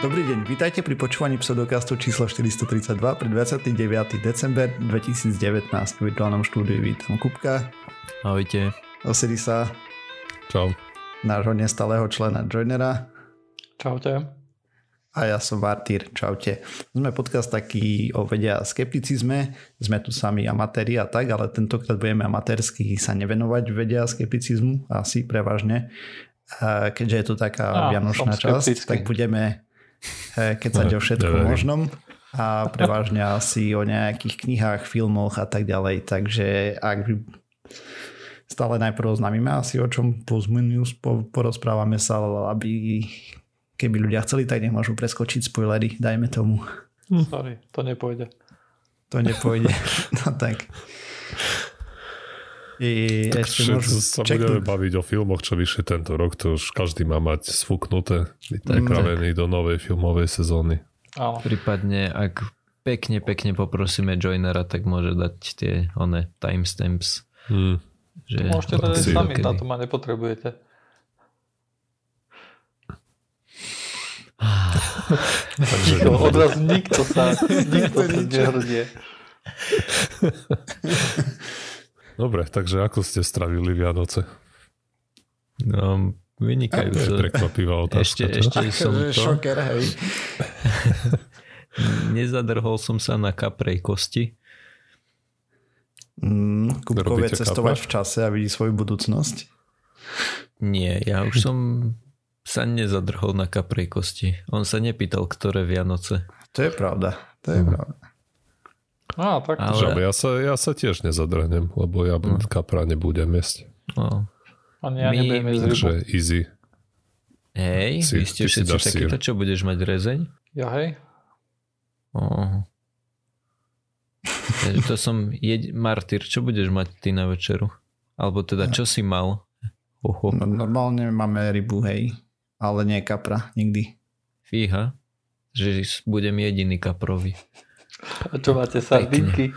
Dobrý deň, vítajte pri počúvaní pseudokastu číslo 432 pre 29. december 2019. V virtuálnom štúdiu vítam Kupka. Ahojte. Osirisa. Čau. Nášho nestalého člena Joinera. Čaute. A ja som Martýr. Čaute. Sme podcast taký o vede a skepticizme. Sme tu sami amatéri a tak, ale tentokrát budeme amatérsky sa nevenovať vede a skepticizmu. Asi prevažne. A keďže je to taká vianočná časť, tak budeme kecať o všetkom možnom a prevažne asi o nejakých knihách, filmoch a tak ďalej. Takže ak stále najprv oznámime asi o čom plus minus porozprávame sa, aby keby ľudia chceli, tak nech môžu preskočiť spoilery, dajme tomu. Sorry, to nepôjde. To nepôjde. No tak. Takže sa budeme baviť o filmoch, čo vyšli tento rok, to už každý má mať sfúknuté, pripravený do novej filmovej sezóny. Áno. Prípadne, ak pekne poprosíme Joinera, tak môže dať tie timestamps. Že môžete dať sami, na to ma nepotrebujete. Takže odraz nikto sa nehrdie. Dobre, takže ako ste stravili Vianoce? No, vynikajúco. To je prekvapivá otázka. Ešte som to... Šoker, hej. Nezadrhol som sa na kaprej kosti. Kupko vie cestovať v čase a vidí svoju budúcnosť? Nie, ja už som sa nezadrhol na kaprej kosti. On sa nepýtal, ktoré Vianoce. To je pravda. Pravda. Tak. Ale... Ja sa tiež nezadrhnem, lebo ja kapra nebudem jesť. No. Ani ja nebudem jesť rybu. Takže easy. Hej, vy ste všetci takýto, čo budeš mať rezeň? Ja hej. To som Martýr, čo budeš mať ty na večeru? Alebo teda, čo si mal? No, normálne máme rybu, hej. Ale nie kapra, nikdy. Fíha, že budem jediný kaprový. A čo máte, sardinky?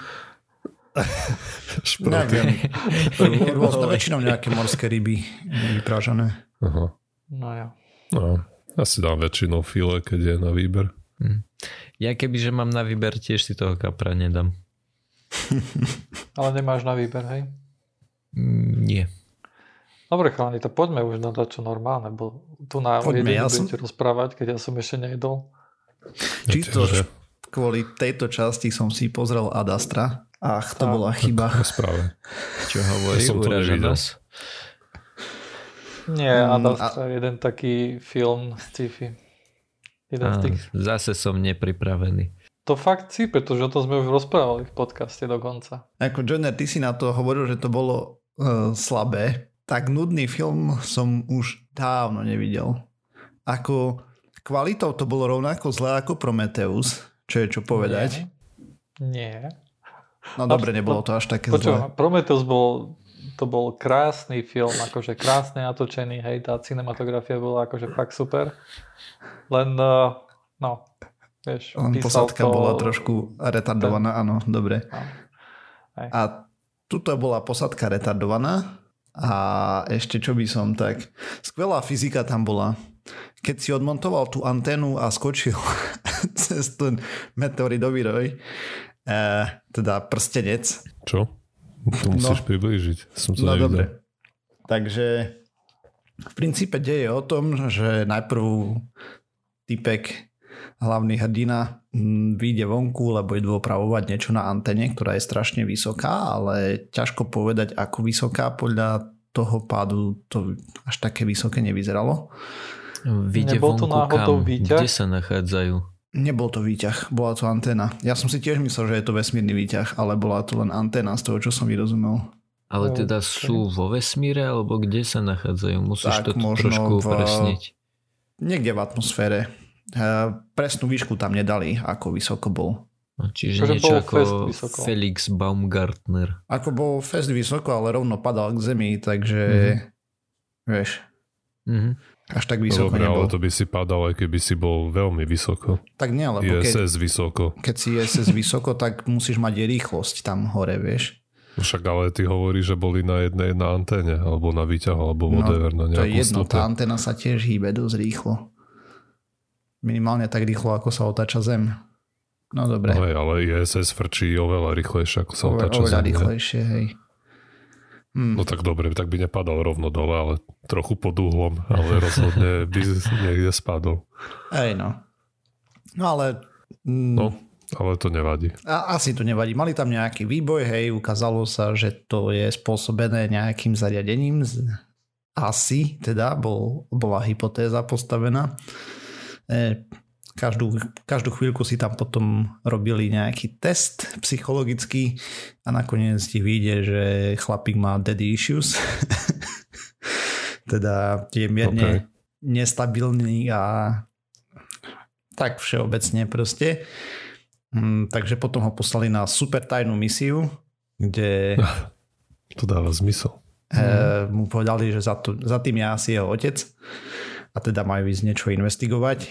Neviem. Väčšinou nejaké morské ryby vypražané. Aha. No ja. No, ja si dám väčšinou file, keď je na výber. Ja kebyže mám na výber, tiež si toho kapra nedám. Ale nemáš na výber, hej? Nie. Dobre, chalani, to poďme už na to, čo normálne, bo tu na budete rozprávať, keď ja som ešte nejedol. Čisto kvôli tejto časti som si pozrel Ad Astra. Ach, to bola chyba. Správe. Čo hovorí, uraža nás? Nie, Ad Astra je jeden taký film sci-fi. Zase som nepripravený. To fakt si, pretože o tom sme už rozprávali v podcaste dokonca. Ako Joiner, ty si na to hovoril, že to bolo slabé. Tak nudný film som už dávno nevidel. Ako kvalitou to bolo rovnako zlé ako Prometheus. Čo je čo povedať? Nie. No dobre, nebolo to až také zlé. Prometheus bol krásny film, akože krásne natočený, hej, tá cinematografia bola akože fakt super. Len, vieš, posádka to... bola trošku retardovaná, áno, dobre. A tuto bola posádka retardovaná a ešte čo by som tak... Skvelá fyzika tam bola. Keď si odmontoval tú anténu a skočil cez ten meteoridový roj, teda prstenec. Čo? To musíš priblížiť. Som to nevidel. Dobre. Takže v princípe deje o tom, že najprv typek, hlavný hrdina, vyjde vonku, lebo ide opravovať niečo na anténe, ktorá je strašne vysoká, ale ťažko povedať, ako vysoká. Podľa toho pádu to až také vysoké nevyzeralo. Vyjde vonku kam? Kde sa nachádzajú? Nebol to výťah, bola to anténa. Ja som si tiež myslel, že je to vesmírny výťah, ale bola to len anténa z toho, čo som vyrozumel. Ale teda sú vo vesmíre, alebo kde sa nachádzajú? Musíš tak, to trošku upresniť. Niekde v atmosfére. Presnú výšku tam nedali, ako vysoko bol. Čiže niečo ako Felix Baumgartner. Ako bol fest vysoko, ale rovno padal k zemi, takže vieš... Až tak vysoko dobre, nebol. Ale to by si padal, aj keby si bol veľmi vysoko. Tak nie, lebo ISS vysoko. Keď si ISS vysoko, tak musíš mať rýchlosť tam hore, vieš. Však ale ty hovoríš, že boli na jednej na anténe, alebo na výťahu, alebo whatever, na nejakú to je jedno, stope. tá anténa sa tiež hýbe dosť rýchlo. Minimálne tak rýchlo, ako sa otáča Zem. No dobre. No hej, ale ISS frčí oveľa rýchlejšie, ako sa otáča Zem. Oveľa rýchlejšie, hej. No tak dobre, tak by nepadal rovno dole, ale trochu pod uhlom, ale rozhodne by niekde spadol. Hej, no. No ale... No, ale to nevadí. Asi to nevadí. Mali tam nejaký výboj, hej, ukázalo sa, že to je spôsobené nejakým zariadením. Asi, teda, bola hypotéza postavená. Každú chvíľku si tam potom robili nejaký test psychologický a nakoniec ti vyjde, že chlapík má daddy issues. Teda je mierne nestabilný a tak všeobecne proste. Takže potom ho poslali na super tajnú misiu, kde to dáva zmysel. Mu povedali, že za tým je asi jeho otec a teda majú ísť niečo investigovať.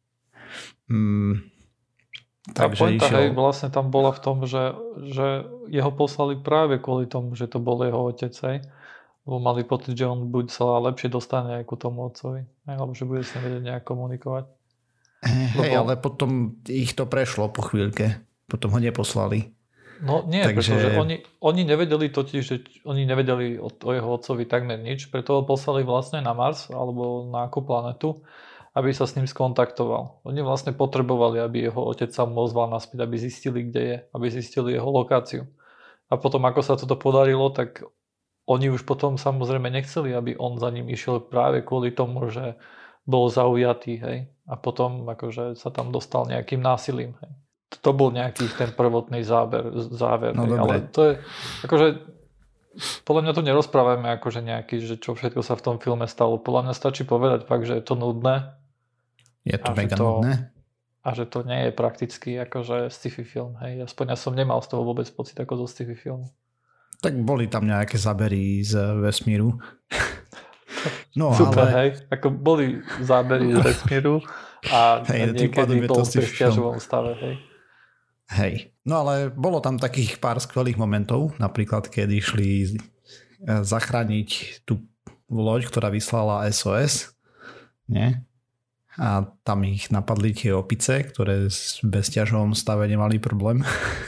Tá pointa, hej, vlastne tam bola v tom, že jeho poslali práve kvôli tomu, že to bol jeho otec, hej. Lebo mali pocit, že on buď sa lepšie dostane aj ku tomu otcovi, hej, alebo že bude s ním vedieť nejak komunikovať. Hej, ale potom ich to prešlo po chvíľke. Potom ho neposlali. No nie, pretože oni nevedeli totiž, že oni nevedeli o jeho otcovi takmer nič, preto ho poslali vlastne na Mars alebo na akú planetu, aby sa s ním skontaktoval. Oni vlastne potrebovali, aby jeho otec sa mu ozval naspäť, aby zistili, kde je, aby zistili jeho lokáciu. A potom, ako sa toto podarilo, tak oni už potom samozrejme nechceli, aby on za ním išiel práve kvôli tomu, že bol zaujatý, hej. A potom akože sa tam dostal nejakým násilím, hej. To bol nejaký ten prvotný záver. No, ale to je, akože podľa mňa to nerozprávame akože nejaký, že čo všetko sa v tom filme stalo. Podľa mňa stačí povedať fakt, že je to nudné. Je to mega nudné. A že to nie je prakticky akože sci-fi film, hej. Aspoň ja som nemal z toho vôbec pocit ako zo sci-fi filmu. Tak boli tam nejaké zábery z vesmíru. No, super, ale... hej. Ako boli zábery z vesmíru a niekedy bol v sťažovom stave, hej. Hej. No ale bolo tam takých pár skvelých momentov, napríklad keď išli zachrániť tú loď, ktorá vyslala SOS, nie? A tam ich napadli tie opice, ktoré v bezťažovom stave nemali problém.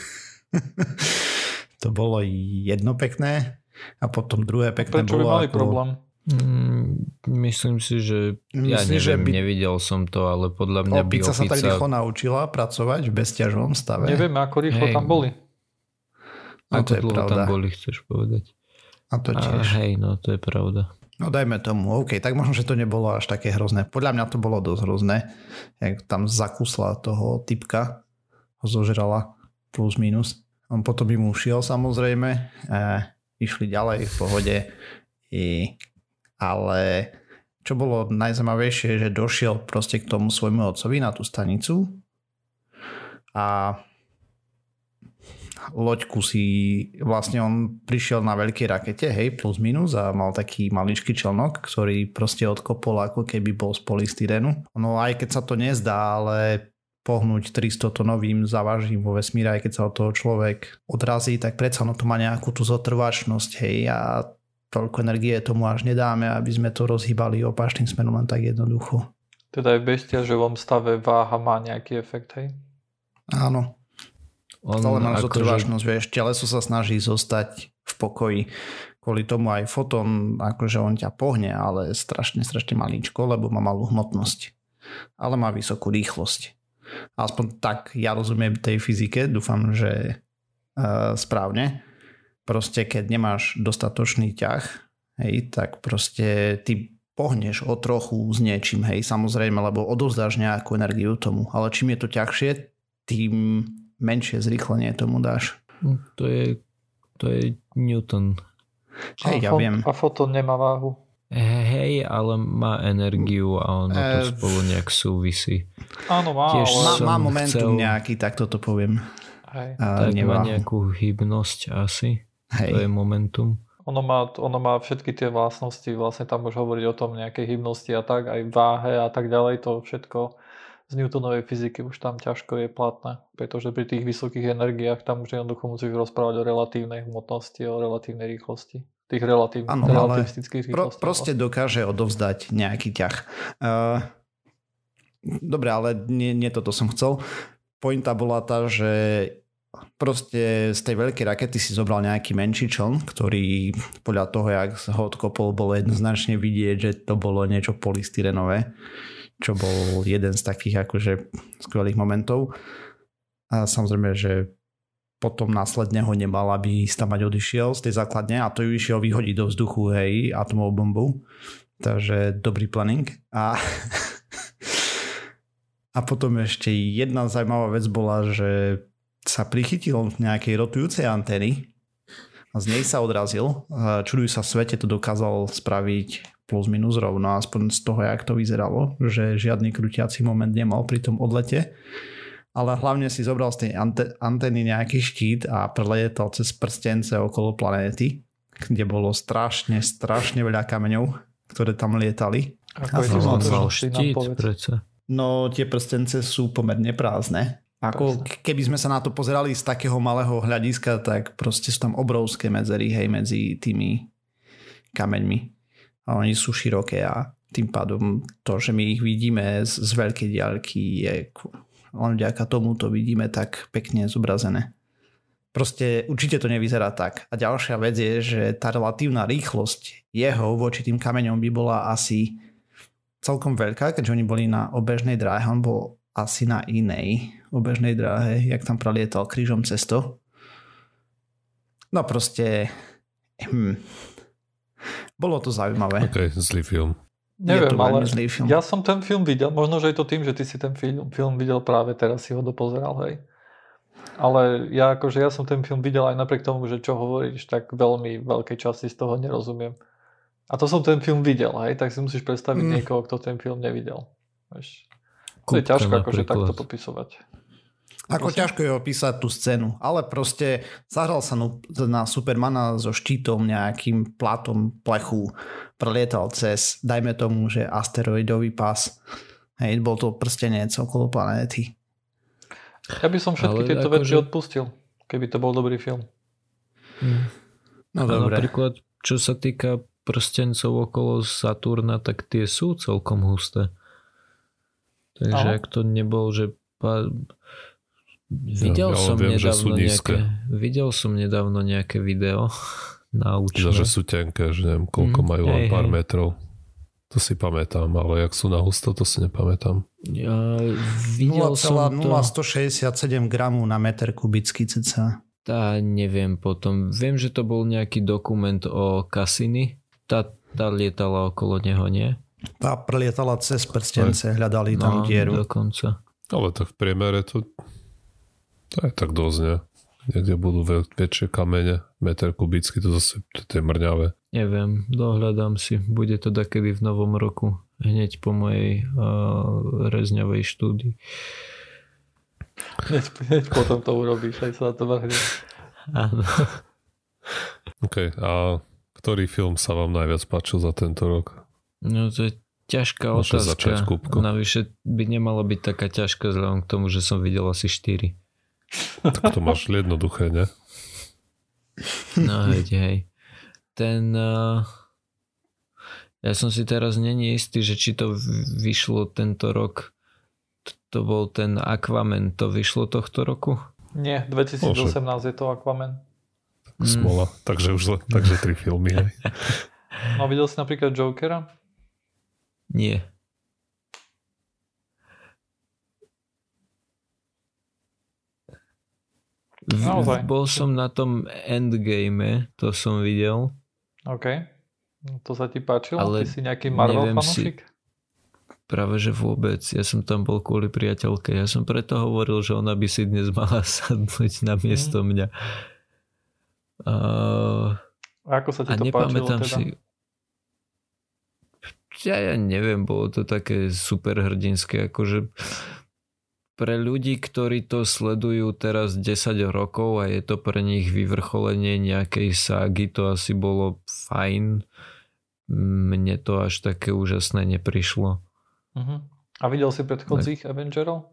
To bolo jedno pekné a potom druhé pekné prečo bolo... Prečo by mali problém? Myslím si, že nevidel som to, ale podľa mňa by opica sa tak rýchlo naučila pracovať v bezťažovom stave. Nevieme, ako rýchlo tam boli. Ako dlho tam boli, chceš povedať. A to tiež. Hej, no to je pravda. No dajme tomu, OK, tak možno, že to nebolo až také hrozné. Podľa mňa to bolo dosť hrozné, jak tam zakusla toho typka, ho zožrala plus minus. On potom by mu šiel samozrejme, išli ďalej v pohode, ale čo bolo najzaujímavejšie, že došiel proste k tomu svojmu otcovi na tú stanicu a loďku si vlastne on prišiel na veľkej rakete, hej, plus minus a mal taký maličký člnok, ktorý proste odkopol ako keby bol z polystyrenu. No aj keď sa to nezdá, ale pohnúť 300 tonovým závažím vo vesmíre, aj keď sa od toho človek odrazí, tak predsa to má nejakú tú zotrvačnosť, hej, a toľko energie tomu až nedáme, aby sme to rozhýbali opačným smerom len tak jednoducho. Teda aj v bezťažovom stave váha má nejaký efekt, hej? Áno. Stále mám zotrvačnosť, vieš, teleso sa snaží zostať v pokoji. Kvôli tomu aj fotón, akože on ťa pohne, ale strašne malíčko, lebo má malú hmotnosť. Ale má vysokú rýchlosť. Aspoň tak ja rozumiem tej fyzike, dúfam, že správne. Proste keď nemáš dostatočný ťah, hej, tak proste ty pohneš o trochu s niečím, hej, samozrejme, lebo odovzdáš nejakú energiu tomu, ale čím je to ťažšie, tým menšie zrýchlenie tomu dáš. To je Newton. Hej, ja viem. A fotón nemá váhu. Hej, ale má energiu a ono to spolu nejak súvisí. Áno, má. Má momentum nejaký, tak toto poviem. Hej. Tak má nejakú hybnosť asi. Hej. To je momentum. Ono má všetky tie vlastnosti, vlastne tam už hovoriť o tom nejakej hybnosti a tak, aj váhe a tak ďalej, to všetko z Newtonovej fyziky už tam ťažko je platné, pretože pri tých vysokých energiách tam už jednoducho musíš rozprávať o relatívnej hmotnosti, o relatívnej rýchlosti. Tých relativistických rýchlostí. Proste dokáže odovzdať nejaký ťah. Dobre, ale nie toto som chcel. Pointa bola tá, že proste z tej veľkej rakety si zobral nejaký menší čln, ktorý podľa toho, jak ho odkopol, bolo jednoznačne vidieť, že to bolo niečo polystyrenové, čo bol jeden z takých akože skvelých momentov. A samozrejme, že potom následne ho nemal, aby tam odišiel z tej základne a to ju išiel vyhodiť do vzduchu, hej, atomovou bombou. Takže dobrý planning. A potom ešte jedna zaujímavá vec bola, že sa prichytil nejakej rotujúcej antény a z nej sa odrazil. Čuduj sa, v svete to dokázal spraviť plus minus rovno, aspoň z toho, jak to vyzeralo, že žiadny krútiaci moment nemal pri tom odlete. Ale hlavne si zobral z tej antény nejaký štít a preletal cez prstence okolo planéty, kde bolo strašne veľa kameňov, ktoré tam lietali. On mal štít predsa. No tie prstence sú pomerne prázdne. Ako keby sme sa na to pozerali z takého malého hľadiska, tak proste sú tam obrovské medzery, hej, medzi tými kameňmi. A oni sú široké a tým pádom to, že my ich vidíme z veľkej diaľky, je len vďaka tomu to vidíme tak pekne zobrazené. Proste určite to nevyzerá tak. A ďalšia vec je, že tá relatívna rýchlosť jeho voči tým kameňom by bola asi celkom veľká, keďže oni boli na obežnej dráhe, on bol asi na inej obežnej dráhe, jak tam prelietal krížom cesto. No proste bolo to zaujímavé. Ok, zlý film. Neviem, ale ja som ten film videl, možno, že je to tým, že ty si ten film videl práve teraz, si ho dopozeral, hej. Ale ja som ten film videl aj napriek tomu, že čo hovoríš, tak veľmi veľkej časti z toho nerozumiem. A to som ten film videl, hej, tak si musíš predstaviť niekoho, kto ten film nevidel. Vieš. To je ťažko akože takto popisovať. Ako ťažko je opísať tú scénu, ale proste zahral sa na Supermana so štítom, nejakým plátom plechu, prelietal cez, dajme tomu, že asteroidový pás. Hej, bol to prstenec okolo planéty. Ja by som všetky tieto veci odpustil, keby to bol dobrý film. No dobre. Napríklad, čo sa týka prstencov okolo Saturna, tak tie sú celkom husté. Takže ak to nebol, že videl som nedávno nejaké video naučné. Že sú tenké, že neviem koľko majú len pár metrov. To si pamätám, ale jak sú na husto, to si nepamätám. Ja videl 0,0167 gramov na meter kubický cca. Tá neviem potom. Viem, že to bol nejaký dokument o Cassini. Tá lietala okolo neho, nie? Tá prelietala cez prstence, hľadali tam dieru. Dokonca. Ale tak v priemere to je tak dosť, nie? Niekde budú väčšie kamene, meter kubický, to zase to je mrňavé. Neviem, dohľadám si. Bude to dakedy v novom roku. Hneď po mojej rezňovej štúdii. Hneď potom to urobíš, aj sa na to vrhne. Áno. OK, a ktorý film sa vám najviac páčil za tento rok? No to je ťažká otázka. Navyše by nemala byť taká ťažká vzhľadom k tomu, že som videl asi 4. Tak to máš jednoduché, ne? No hej. Ten ja som si teraz není istý, že či to vyšlo tento rok. To bol ten Aquaman. To vyšlo tohto roku? Nie, 2018 je to Aquaman. Smola. Takže 3 filmy. Hej. No videl si napríklad Jokera? Nie. Bol som na tom Endgame, to som videl. OK. To sa ti páčilo? Ale ty si nejaký Marvel fanúšik? Práve že vôbec. Ja som tam bol kvôli priateľke. Ja som preto hovoril, že ona by si dnes mala sadnúť na miesto mňa. A ako sa ti to páčilo teda? Ja neviem, bolo to také superhrdinské, akože pre ľudí, ktorí to sledujú teraz 10 rokov a je to pre nich vyvrcholenie nejakej ságy, to asi bolo fajn. Mne to až také úžasné neprišlo. A videl si predchodzích Avengerov?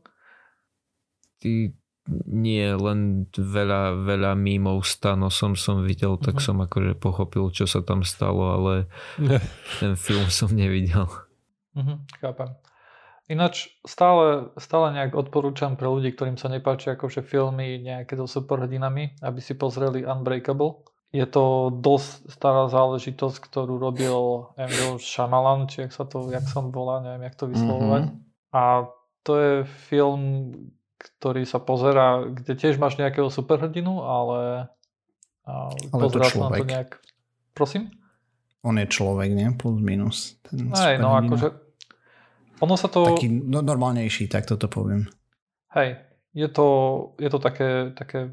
Nie, len veľa mímov s Thanosom som videl, tak som akože pochopil, čo sa tam stalo, ale ten film som nevidel. Chápem. Ináč stále nejak odporúčam pre ľudí, ktorým sa nepáči akože filmy nejaké so superhrdinami, aby si pozreli Unbreakable. Je to dosť stará záležitosť, ktorú robil M. Shyamalan, či jak sa volá, neviem, jak to vyslovovať. A to je film, ktorý sa pozerá, kde tiež máš nejakého superhrdinu, ale pozerá sa na to nejak... Prosím? On je človek, nie? Plus minus. Hej, no akože ono sa to... Taký normálnejší, tak toto poviem. Hej, je to také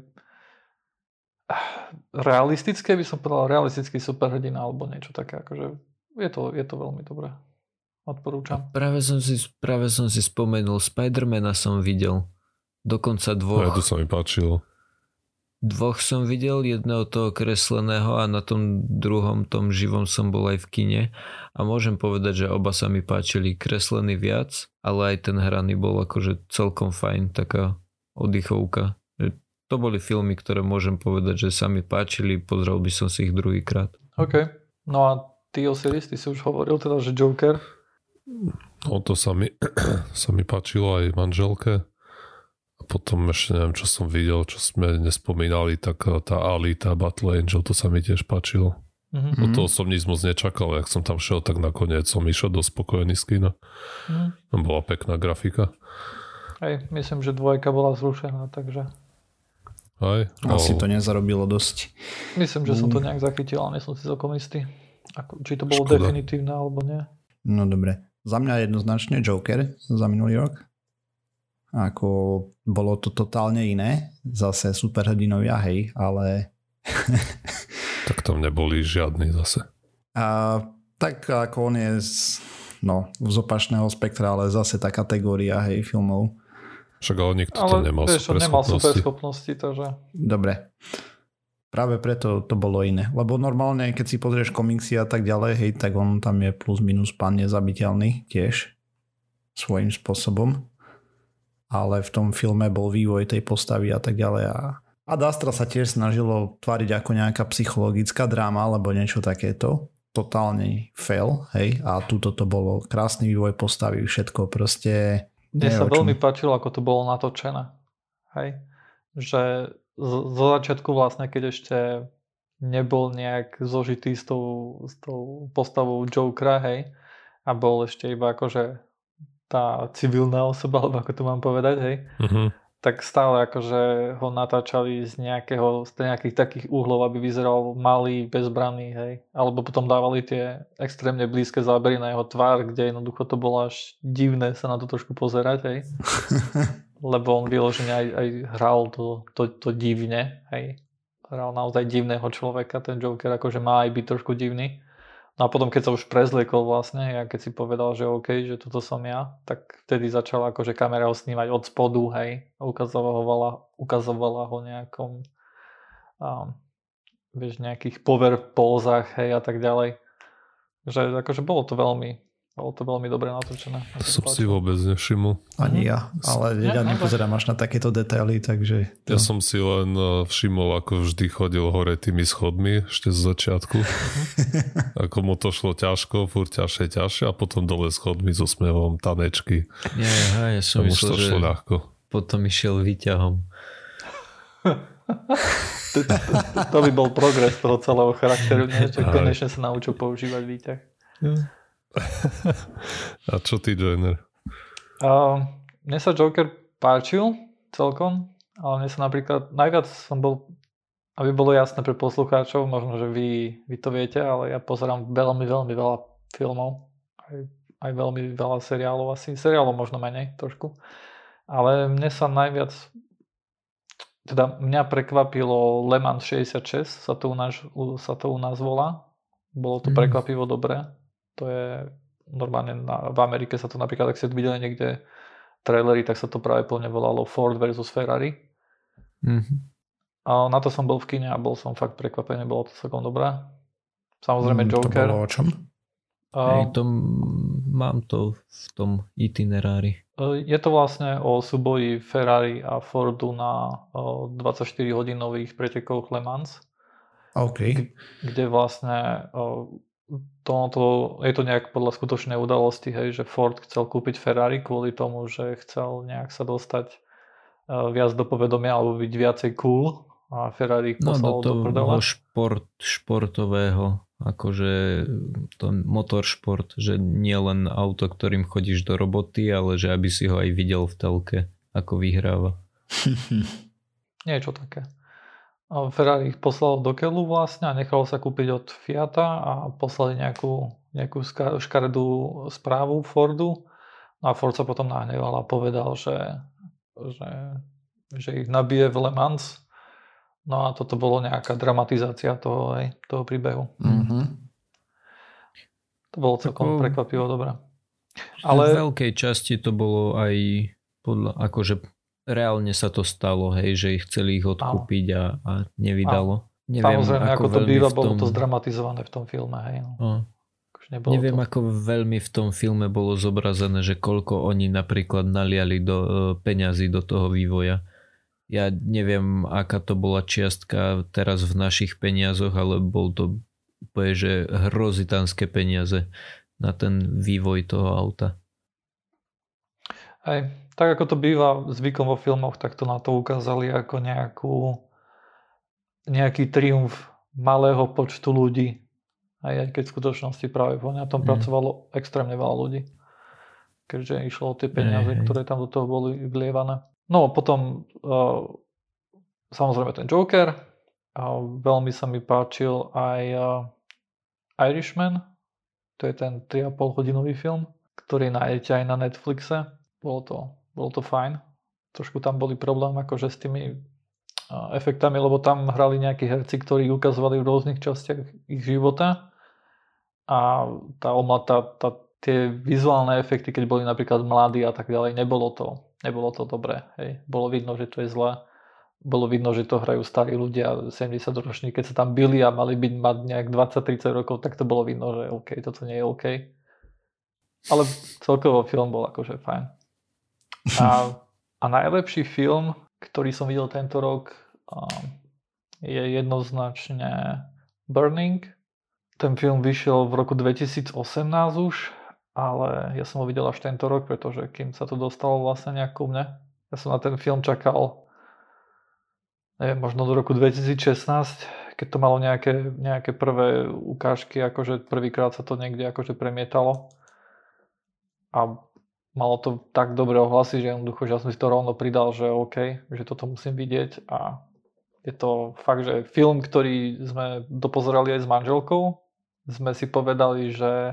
realistické, by som povedal, realistický superhrdina alebo niečo také, akože je to veľmi dobré. Odporúčam. Práve som si spomenul, Spidermana som videl. Dokonca 2. To sa mi páčilo. 2 som videl, jedného toho kresleného a na tom druhom, tom živom som bol aj v kine a môžem povedať, že oba sa mi páčili, kreslený viac, ale aj ten hraný bol akože celkom fajn, taká oddychovka. To boli filmy, ktoré môžem povedať, že sa mi páčili, pozrel by som si ich druhýkrát. OK, no a ty Osiris, ty si už hovoril teda, že Joker? No to sa mi páčilo aj manželke. A potom ešte neviem, čo som videl, čo sme nespomínali, tak tá Alita, Battle Angel, to sa mi tiež páčilo. Od toho som nič moc nečakal, jak som tam šiel, tak nakoniec som išiel dosť spokojný z kina. Bola pekná grafika. Hej, myslím, že 2 bola zrušená, takže... Aj? Asi to nezarobilo dosť. Myslím, že som to nejak zachytil, ale nie som si celkom istý. Či to bolo definitívne, alebo nie. No dobre. Za mňa jednoznačne Joker za minulý rok. Ako bolo to totálne iné. Zase superhrdinovia, hej, ale... Tak tam neboli žiadni zase. Tak ako on je z opačného spektra, ale zase tá kategória, hej, filmov. Však ale nikto tam nemal superschopnosti. Takže... Dobre. Práve preto to bolo iné. Lebo normálne, keď si pozrieš komiksy a tak ďalej, hej, tak on tam je plus minus pán nezabiteľný tiež svojím spôsobom. Ale v tom filme bol vývoj tej postavy a tak ďalej. A Ad Astra sa tiež snažilo tvariť ako nejaká psychologická dráma alebo niečo takéto. Totálne fail, hej. A tuto to bolo krásny vývoj postavy, všetko proste... Mne sa veľmi páčilo, ako to bolo natočené. Hej. Že zo začiatku vlastne, keď ešte nebol nejak zožitý s tou postavou Jokera, hej. A bol ešte iba akože tá civilná osoba, alebo ako to mám povedať, hej. Tak stále akože ho natáčali z nejakých takých uhlov, aby vyzeral malý, bezbranný, hej. Alebo potom dávali tie extrémne blízke zábery na jeho tvár, kde jednoducho to bolo až divné sa na to trošku pozerať, hej. Lebo on vyložene aj hral to divne, hej. Hral naozaj divného človeka, ten Joker akože má aj byť trošku divný. No a potom, keď sa už prezliekol vlastne, ja keď si povedal, že OK, že toto som ja, tak vtedy začala akože kamera ho snívať od spodu, hej, a ukazovala ho nejakom nejakých power pózach, hej, a tak ďalej. Že akože bolo to veľmi dobre natočené. To som si vôbec nevšimol. Ani ja, ale ja nepozerám až na takéto detaily, takže... Ja som si len všimol, ako vždy chodil hore tými schodmi ešte z začiatku. Ako mu to šlo ťažko, furt ťažšie a potom dole schodmi so smevom tanečky. Ja som myslel, že ľahko. Potom išiel výťahom. To by bol progres toho celého charakteru, že konečne sa naučil používať výťah. A čo ty, Joiner? Mne sa Joker páčil celkom, ale mne sa napríklad najviac som bol, aby bolo jasné pre poslucháčov, možno, že vy to viete, ale ja pozerám veľmi, veľmi veľa filmov, aj veľmi veľa seriálov asi, seriálov možno menej trošku, ale mne sa najviac, teda mňa prekvapilo Le Mans 66, sa to u nás volá, bolo to prekvapivo dobré. To je normálne v Amerike sa to napríklad, ak ste videli niekde trailery, tak sa to práve plne volalo Ford versus Ferrari. A na to som bol v kine a bol som fakt prekvapený, bolo to celkom dobré. Samozrejme Joker. To bolo o čom? Mám to v tom itinerári. Je to vlastne o súboji Ferrari a Fordu na 24-hodinových pretekoch Le Mans. Okay. Kde vlastne je to nejak podľa skutočnej udalosti, hej, že Ford chcel kúpiť Ferrari kvôli tomu, že chcel nejak sa dostať viac do povedomia alebo byť viacej cool a Ferrari ich poslalo do prdele. Športového, akože to motoršport, že nie len auto, ktorým chodíš do roboty, ale že aby si ho aj videl v telke, ako vyhráva. Niečo také. Ferrari ich poslal do keľu vlastne a nechal sa kúpiť od Fiata a poslali nejakú škaredú správu Fordu. No a Ford sa potom nahneval a povedal, že ich nabije v Le Mans. No a toto bolo nejaká dramatizácia toho príbehu. Mm-hmm. To bolo celkom prekvapivo dobré. Ale v veľkej časti to bolo aj akože reálne sa to stalo, hej, že ich chceli ich odkúpiť a nevydalo. Neviem, samozrejme, ako to býva, bolo to zdramatizované v tom filme, hej. Neviem, ako veľmi v tom filme bolo zobrazené, že koľko oni napríklad naliali do peňazí do toho vývoja. Ja neviem, aká to bola čiastka teraz v našich peniazoch, ale bol to úplne, že hrozitánske peniaze na ten vývoj toho auta. Hej, tak ako to býva zvykom vo filmoch, tak to na to ukázali ako nejaký triumf malého počtu ľudí. Aj keď v skutočnosti práve na tom pracovalo extrémne veľa ľudí. Keďže išlo o tie peniaze, ktoré tam do toho boli vlievané. No potom samozrejme ten Joker. Veľmi sa mi páčil aj Irishman. To je ten 3,5 hodinový film, ktorý nájdete aj na Netflixe. Bolo to fajn. Trošku tam boli problém akože s tými efektami, lebo tam hrali nejakí herci, ktorí ukazovali v rôznych častiach ich života a tie vizuálne efekty, keď boli napríklad mladí a tak ďalej, nebolo to dobré. Hej. Bolo vidno, že to je zlé. Bolo vidno, že to hrajú starí ľudia, 70 roční, keď sa tam bili a mali mať nejak 20-30 rokov, tak to bolo vidno, že OK, toto nie je OK. Ale celkovo film bol akože fajn. A najlepší film, ktorý som videl tento rok, je jednoznačne Burning. Ten film vyšiel v roku 2018 už, ale ja som ho videl až tento rok, pretože kým sa to dostalo vlastne nejak ku mne. Ja som na ten film čakal, neviem, možno do roku 2016, keď to malo nejaké prvé ukážky, akože prvýkrát sa to niekde akože premietalo. A malo to tak dobré ohlasy, že jednoducho, že ja som si to rovno pridal, že OK, že toto musím vidieť a je to fakt, že film, ktorý sme dopozerali aj s manželkou, sme si povedali, že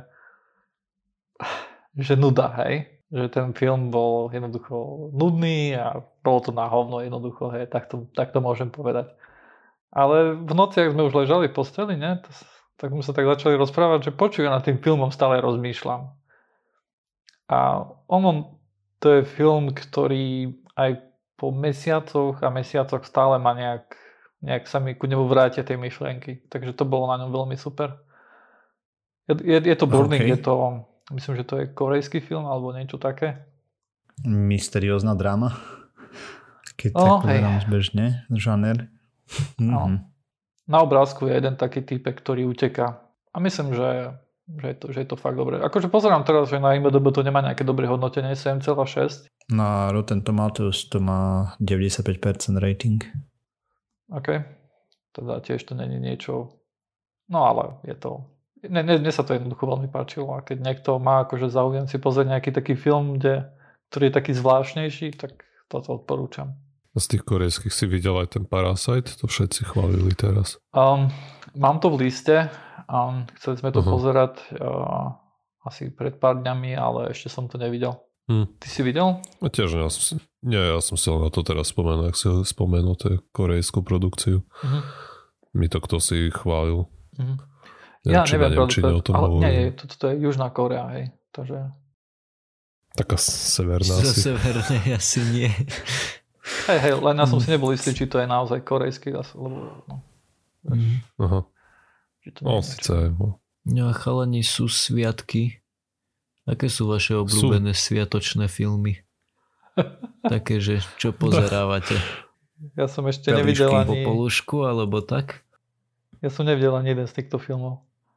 nuda, hej, že ten film bol jednoducho nudný a bolo to na hovno jednoducho, hej, tak to môžem povedať. Ale v nociach sme už ležali v posteli, ne? Tak sme sa tak začali rozprávať, že počuj, ja nad tým filmom stále rozmýšľam. A to je film, ktorý aj po mesiacoch a mesiacoch stále ma nejak sa mi ku nemu vrátia tie myšlienky. Takže to bolo na ňom veľmi super. Je to Burning, okay. Myslím, že to je korejský film alebo niečo také. Mysteriózna dráma. Keď tak pozerám zbežne, žáner. No. Na obrázku je jeden taký týpek, ktorý uteká. A myslím, že je to fakt dobré. Akože pozerám teraz, že na IMDb to nemá nejaké dobré hodnotenie, 7,6. Na Rotten Tomatoes to má 95% rating. OK. Teda tiež to není niečo... No ale je to... Mne sa to jednoducho veľmi páčilo a keď niekto má akože záujem si pozrieť nejaký taký film, ktorý je taký zvláštnejší, tak toto odporúčam. A z tých korejských si videl aj ten Parasite? To všetci chválili teraz. Mám to v liste. Chceli sme to pozerať asi pred pár dňami, ale ešte som to nevidel. Ty si videl? Tiež ja som si na to teraz spomenul, ak si spomenul tú korejskú produkciu. Mi to kto si chválil. Ja neviem, ale toto je Južná Kórea, hej. Takže... Taká severná asi. Severnej asi nie. Hej, len ja som si nebol istý, či to je naozaj korejský, lebo... Aha. Sice aj. No a chalani, sú sviatky. Aké sú vaše obľúbené sviatočné filmy? Také, že čo pozerávate? Ja som ešte nevidel ani... Popolušku, alebo tak? Ja som nevidel ani jeden z týchto filmov.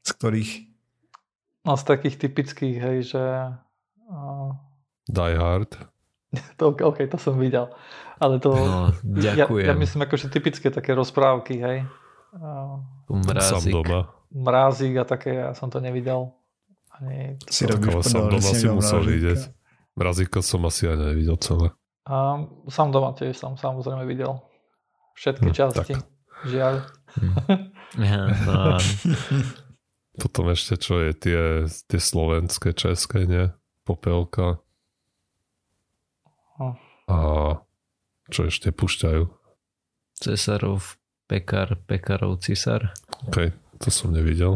Z ktorých? No z takých typických, hej, že... Die Hard. OK, to som videl. Ale to... No, ďakujem. Ja myslím akože typické také rozprávky, hej. Sám doma. Mrázik a také, ja som to nevidel. Si robíš Sám doma si musel vidieť. Mrazíka som asi aj nevidel celé. Sám doma tiež som samozrejme videl. Všetky časti. Tak. Žiaľ. Potom ešte čo je tie slovenské, české, nie? Popelka. A čo ešte púšťajú? Cesarov Pekarov Cisár. OK, to som nevidel.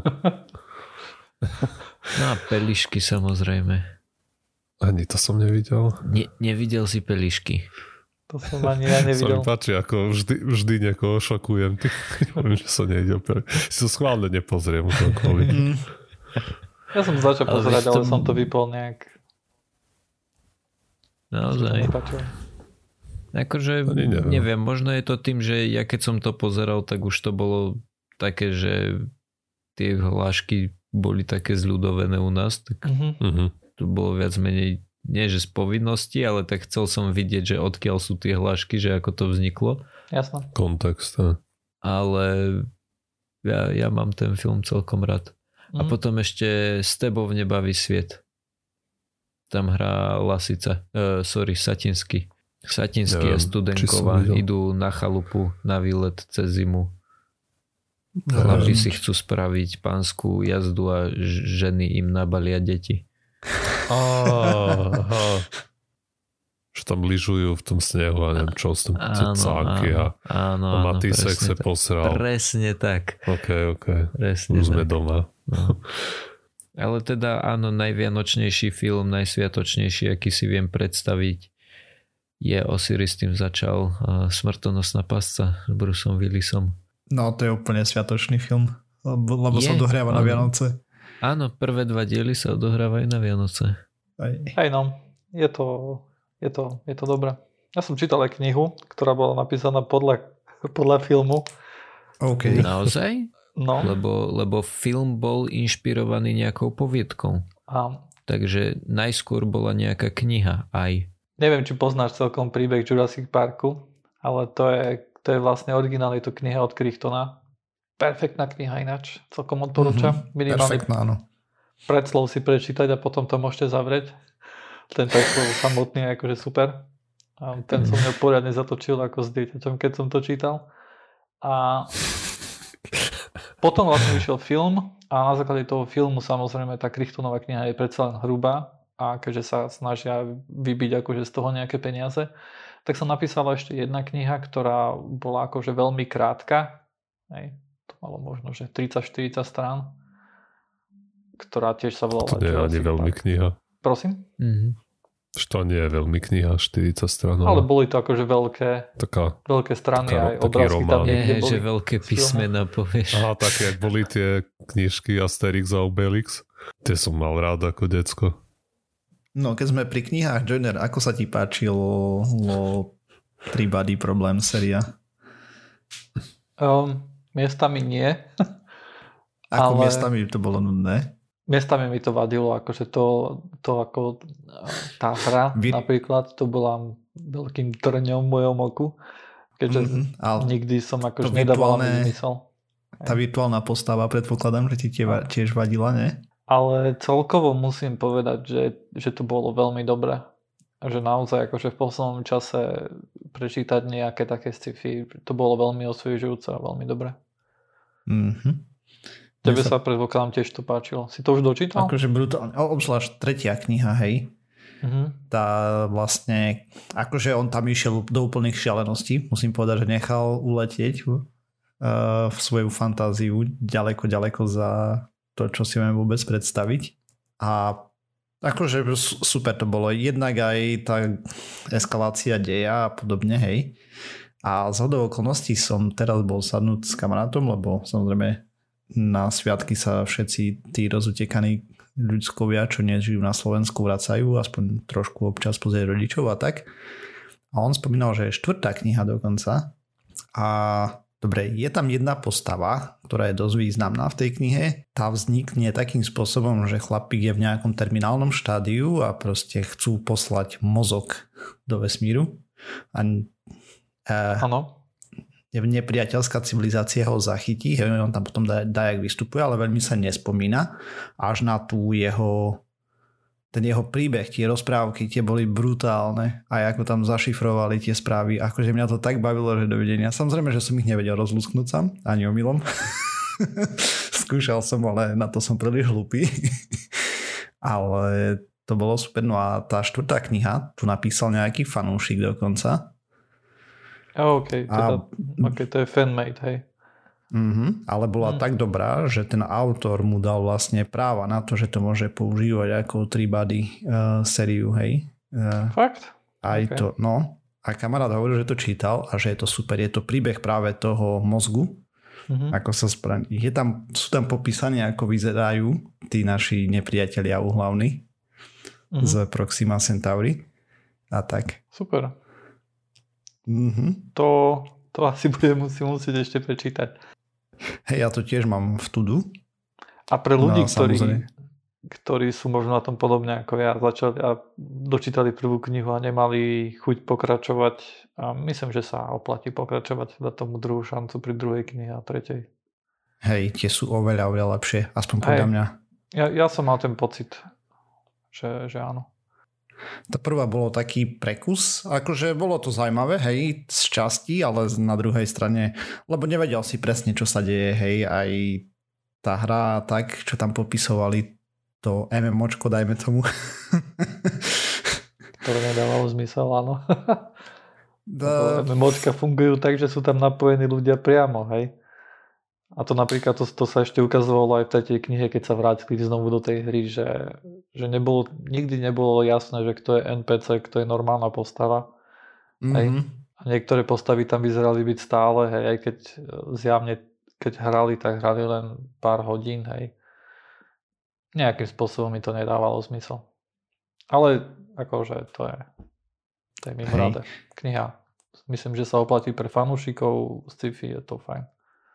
No a Pelišky samozrejme. Ani to som nevidel. Nevidel si Pelišky. To som ani ja nevidel. Sa mi páči, ako vždy niekoho šokujem. Poviem, že som nevidel. Si to schválne nepozriem. Ja som začal pozerať, ale som to vypol nejak. Naozaj. Akože neviem, možno je to tým, že ja keď som to pozeral, tak už to bolo také, že tie hlášky boli také zľudovené u nás, tak to bolo viac menej, nie že z povinnosti, ale tak chcel som vidieť, že odkiaľ sú tie hlášky, že ako to vzniklo. Jasné. Kontext. Ale ja mám ten film celkom rád. A potom ešte S tebou nebaví sviet. Tam hrá Satinsky. Satinsky a Studenková idú na chalupu na výlet cez zimu. Chlapi si chcú spraviť pánsku jazdu a ženy im nabalia deti. Že tam lyžujú v tom snehu a neviem čo, s tým cánky a Matýsek sa posral. Presne tak. OK. Presne už sme doma. No. Ale teda áno, najvianočnejší film, najsviatočnejší, aký si viem predstaviť, je Osiris, tým začal, Smrtonosná pasca s Bruceom Willisom. No to je úplne sviatočný film, lebo sa odohráva na Vianoce. Áno, prvé 2 diely sa odohrávajú na Vianoce. Hej no, je to dobré. Ja som čítal aj knihu, ktorá bola napísaná podľa filmu. OK. Naozaj? No. Lebo film bol inšpirovaný nejakou poviedkou. Takže najskôr bola nejaká kniha aj. Neviem, či poznáš celkom príbeh Jurassic Parku, ale to je vlastne originál, je to kniha od Crichtona. Perfektná kniha ináč, celkom odporúčam. Minimálne predslov si prečítať a potom to môžete zavrieť. Ten predslov samotný je akože super. A ten som mňa poriadne zatočil ako s dieťaťom, keď som to čítal. A potom vlastne vyšiel film a na základe toho filmu samozrejme tá Crichtonová kniha je predsa len hrubá a keďže sa snažia vybiť akože z toho nejaké peniaze, tak sa napísala ešte jedna kniha, ktorá bola akože veľmi krátka. Hej. To malo možno, že 30-40 strán, ktorá tiež sa volala. To nie je ani veľmi kniha. Prosím? To nie je veľmi kniha, 40 strán. Ale boli to akože veľké strany, aj obrázky tam niekde boli. Že veľké písmena povieš. Aha, také, jak boli tie knižky Asterix a Obelix. Tie som mal rád ako decko. No, keď sme pri knihách, Joiner, ako sa ti páčilo Three Body Problem séria? Miestami nie. Ako miestami to bolo nudné? Miestami mi to vadilo, akože to ako tá hra napríklad, to bola veľkým trňom v mojom oku, keďže nikdy som akože nedával mi zmysel. Tá virtuálna postava, predpokladám, že ti tiež vadila, ne? Ale celkovo musím povedať, že to bolo veľmi dobré. A že naozaj akože v poslednom čase prečítať nejaké také sci-fi, to bolo veľmi osviežujúce a veľmi dobré. Tebe sa predpokladám tiež to páčilo. Si to už dočítal? Akože brutálne. Obzvlášť 3. kniha, hej. Tá vlastne, akože on tam išiel do úplných šialeností. Musím povedať, že nechal uletieť v svoju fantáziu ďaleko za to, čo si viem vôbec predstaviť. A akože super to bolo. Jednak aj tá eskalácia deja a podobne, hej. A z hodou okolností som teraz bol sadnúť s kamarátom, lebo samozrejme na sviatky sa všetci tí rozutekaní ľudskovia, čo nežijú na Slovensku, vracajú, aspoň trošku občas pozrieť rodičov a tak. A on spomínal, že je 4. kniha dokonca. A Dobre, je tam jedna postava, ktorá je dosť významná v tej knihe. Tá vznikne takým spôsobom, že chlapík je v nejakom terminálnom štádiu a proste chcú poslať mozog do vesmíru. Áno. Nepriateľská civilizácia ho zachytí, on tam potom dajak vystupuje, ale veľmi sa nespomína až na ten jeho príbeh, tie rozprávky, tie boli brutálne a ako tam zašifrovali tie správy, akože mňa to tak bavilo, že dovidenia. Samozrejme, že som ich nevedel rozlúsknuť sám, ani omylom. Skúšal som, ale na to som príliš hlupý. Ale to bolo super. No a tá 4. kniha, tu napísal nejaký fanúšik dokonca. OK, to je fanmade, hej. Ale bola tak dobrá, že ten autor mu dal vlastne práva na to, že to môže používať ako 3-body sériu, hej. Fakt? Aj okay. To, no. A kamarát hovoril, že to čítal a že je to super. Je to príbeh práve toho mozgu. Ako sa spraví. Sú tam popísané, ako vyzerajú tí naši nepriatelia úhlavní z Proxima Centauri. A tak. Super. To asi budem musieť ešte prečítať. Hej, ja to tiež mám v tudu. A pre ľudí, ktorí sú možno na tom podobne ako ja, začali a dočítali prvú knihu a nemali chuť pokračovať, a myslím, že sa oplatí pokračovať, dať tomu druhú šancu pri druhej knihe a tretej. Hej, tie sú oveľa lepšie, aspoň podľa mňa. Ja som mal ten pocit, že áno. Tá prvá bolo taký prekus, akože bolo to zaujímavé, hej, z časti, ale na druhej strane, lebo nevedel si presne, čo sa deje, hej, aj tá hra, tak, čo tam popisovali, to MMOčko, dajme tomu. Ktoré nedávalo zmysel, áno. MMOčka fungujú tak, že sú tam napojení ľudia priamo, hej. A to napríklad, to sa ešte ukazovalo aj v tej knihe, keď sa vrátili znovu do tej hry, že nikdy nebolo jasné, že kto je NPC, kto je normálna postava. Hej. A niektoré postavy tam vyzerali byť stále, hej, aj keď zjavne, keď hrali, tak hrali len pár hodín, hej. Nejakým spôsobom mi to nedávalo zmysel. Ale akože to je mimo rade. Kniha. Myslím, že sa oplatí pre fanúšikov, sci-fi je to fajn.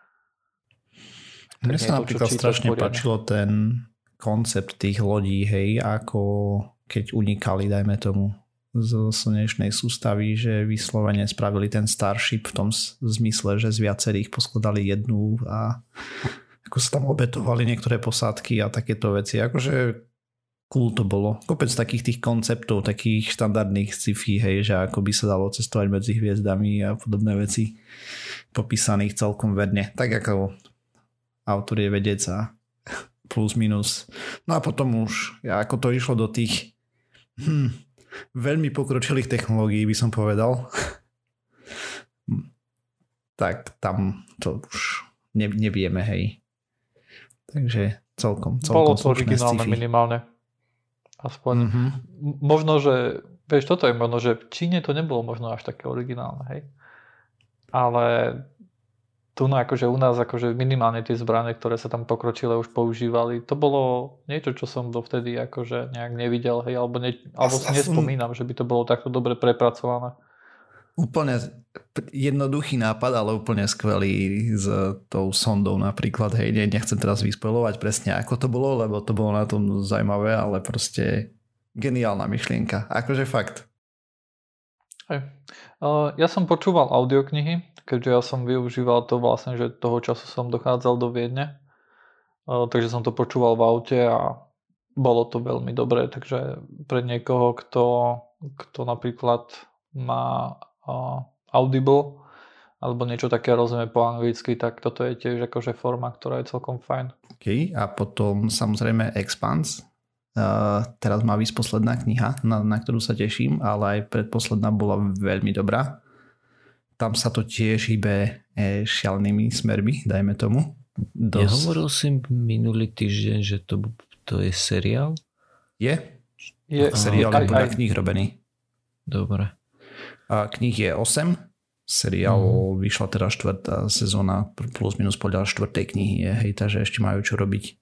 Mne sa napríklad strašne páčilo ten koncept tých lodí, hej, ako keď unikali, dajme tomu, z slnečnej sústavy, že vyslovene spravili ten Starship v tom zmysle, že z viacerých poskladali jednu a ako sa tam obetovali niektoré posádky a takéto veci. Akože cool to bolo. Kopec takých tých konceptov, takých štandardných sci-fi, hej, že ako by sa dalo cestovať medzi hviezdami a podobné veci popísaných celkom verne. Tak ako autor je vedec a plus minus. No a potom už, ako to išlo do tých veľmi pokročilých technológií, by som povedal, tak tam to už nevieme, hej. Takže celkom bolo to originálne minimálne. Aspoň. Možno, že vieš, toto je možno, že v Číne to nebolo možno až také originálne, hej. Ale tu akože u nás akože minimálne tie zbrane, ktoré sa tam pokročile už používali, to bolo niečo, čo som dovtedy akože nejak nevidel, hej, alebo si nespomínam, že by to bolo takto dobre prepracované. Úplne jednoduchý nápad, ale úplne skvelý s tou sondou napríklad, hej, nechcem teraz vyspoilovať presne ako to bolo, lebo to bolo na tom zaujímavé, ale proste geniálna myšlienka, akože fakt. Hej. Ja som počúval audioknihy, keďže ja som využíval to vlastne, že toho času som dochádzal do Viedne, takže som to počúval v aute a bolo to veľmi dobré, takže pre niekoho, kto napríklad má Audible alebo niečo také rozumie po anglicky, tak toto je tiež akože forma, ktorá je celkom fajn. OK, a potom samozrejme Expanse. Teraz má výsť posledná kniha, na ktorú sa teším, ale aj predposledná bola veľmi dobrá. Tam sa to tiež hýbe šialnými smermi, dajme tomu. Nehovoril si minulý týždeň, že to je seriál? Je seriál je podľa kníh robený. Dobre. A kníh je 8, seriál vyšla teda 4. sezóna plus minus podľa 4. knihy je, hej, takže ešte majú čo robiť.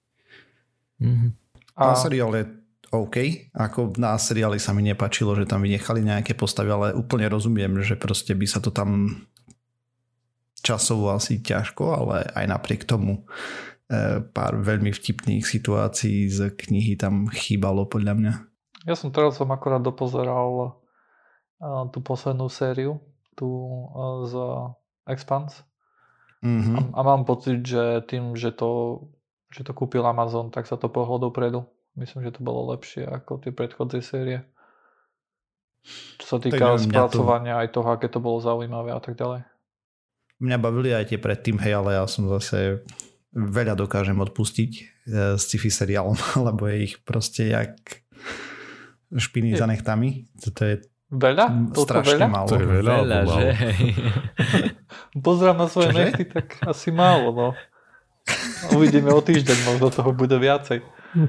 A seriál je OK, ako na seriáli sa mi nepáčilo, že tam vynechali nejaké postavy, ale úplne rozumiem, že proste by sa to tam časovo asi ťažko, ale aj napriek tomu pár veľmi vtipných situácií z knihy tam chýbalo podľa mňa. Ja som akorát dopozeral tú poslednú sériu, tú z Expanse. Mm-hmm. A mám pocit, že tým, že to kúpil Amazon, tak sa to pohlo dopredu. Myslím, že to bolo lepšie ako tie predchodzie série. Čo sa týka spracovania aj toho, aké to bolo zaujímavé a tak ďalej. Mňa bavili aj tie predtým, hej, ale ja som zase veľa dokážem odpustiť s sci-fi seriálom, lebo je ich proste jak špiny za nechtami. To je veľa? Strašne veľa? málo. To je veľa že? Pozerám na svoje nechty, tak asi málo, no. Uvidíme o týždeň, možno toho bude viacej.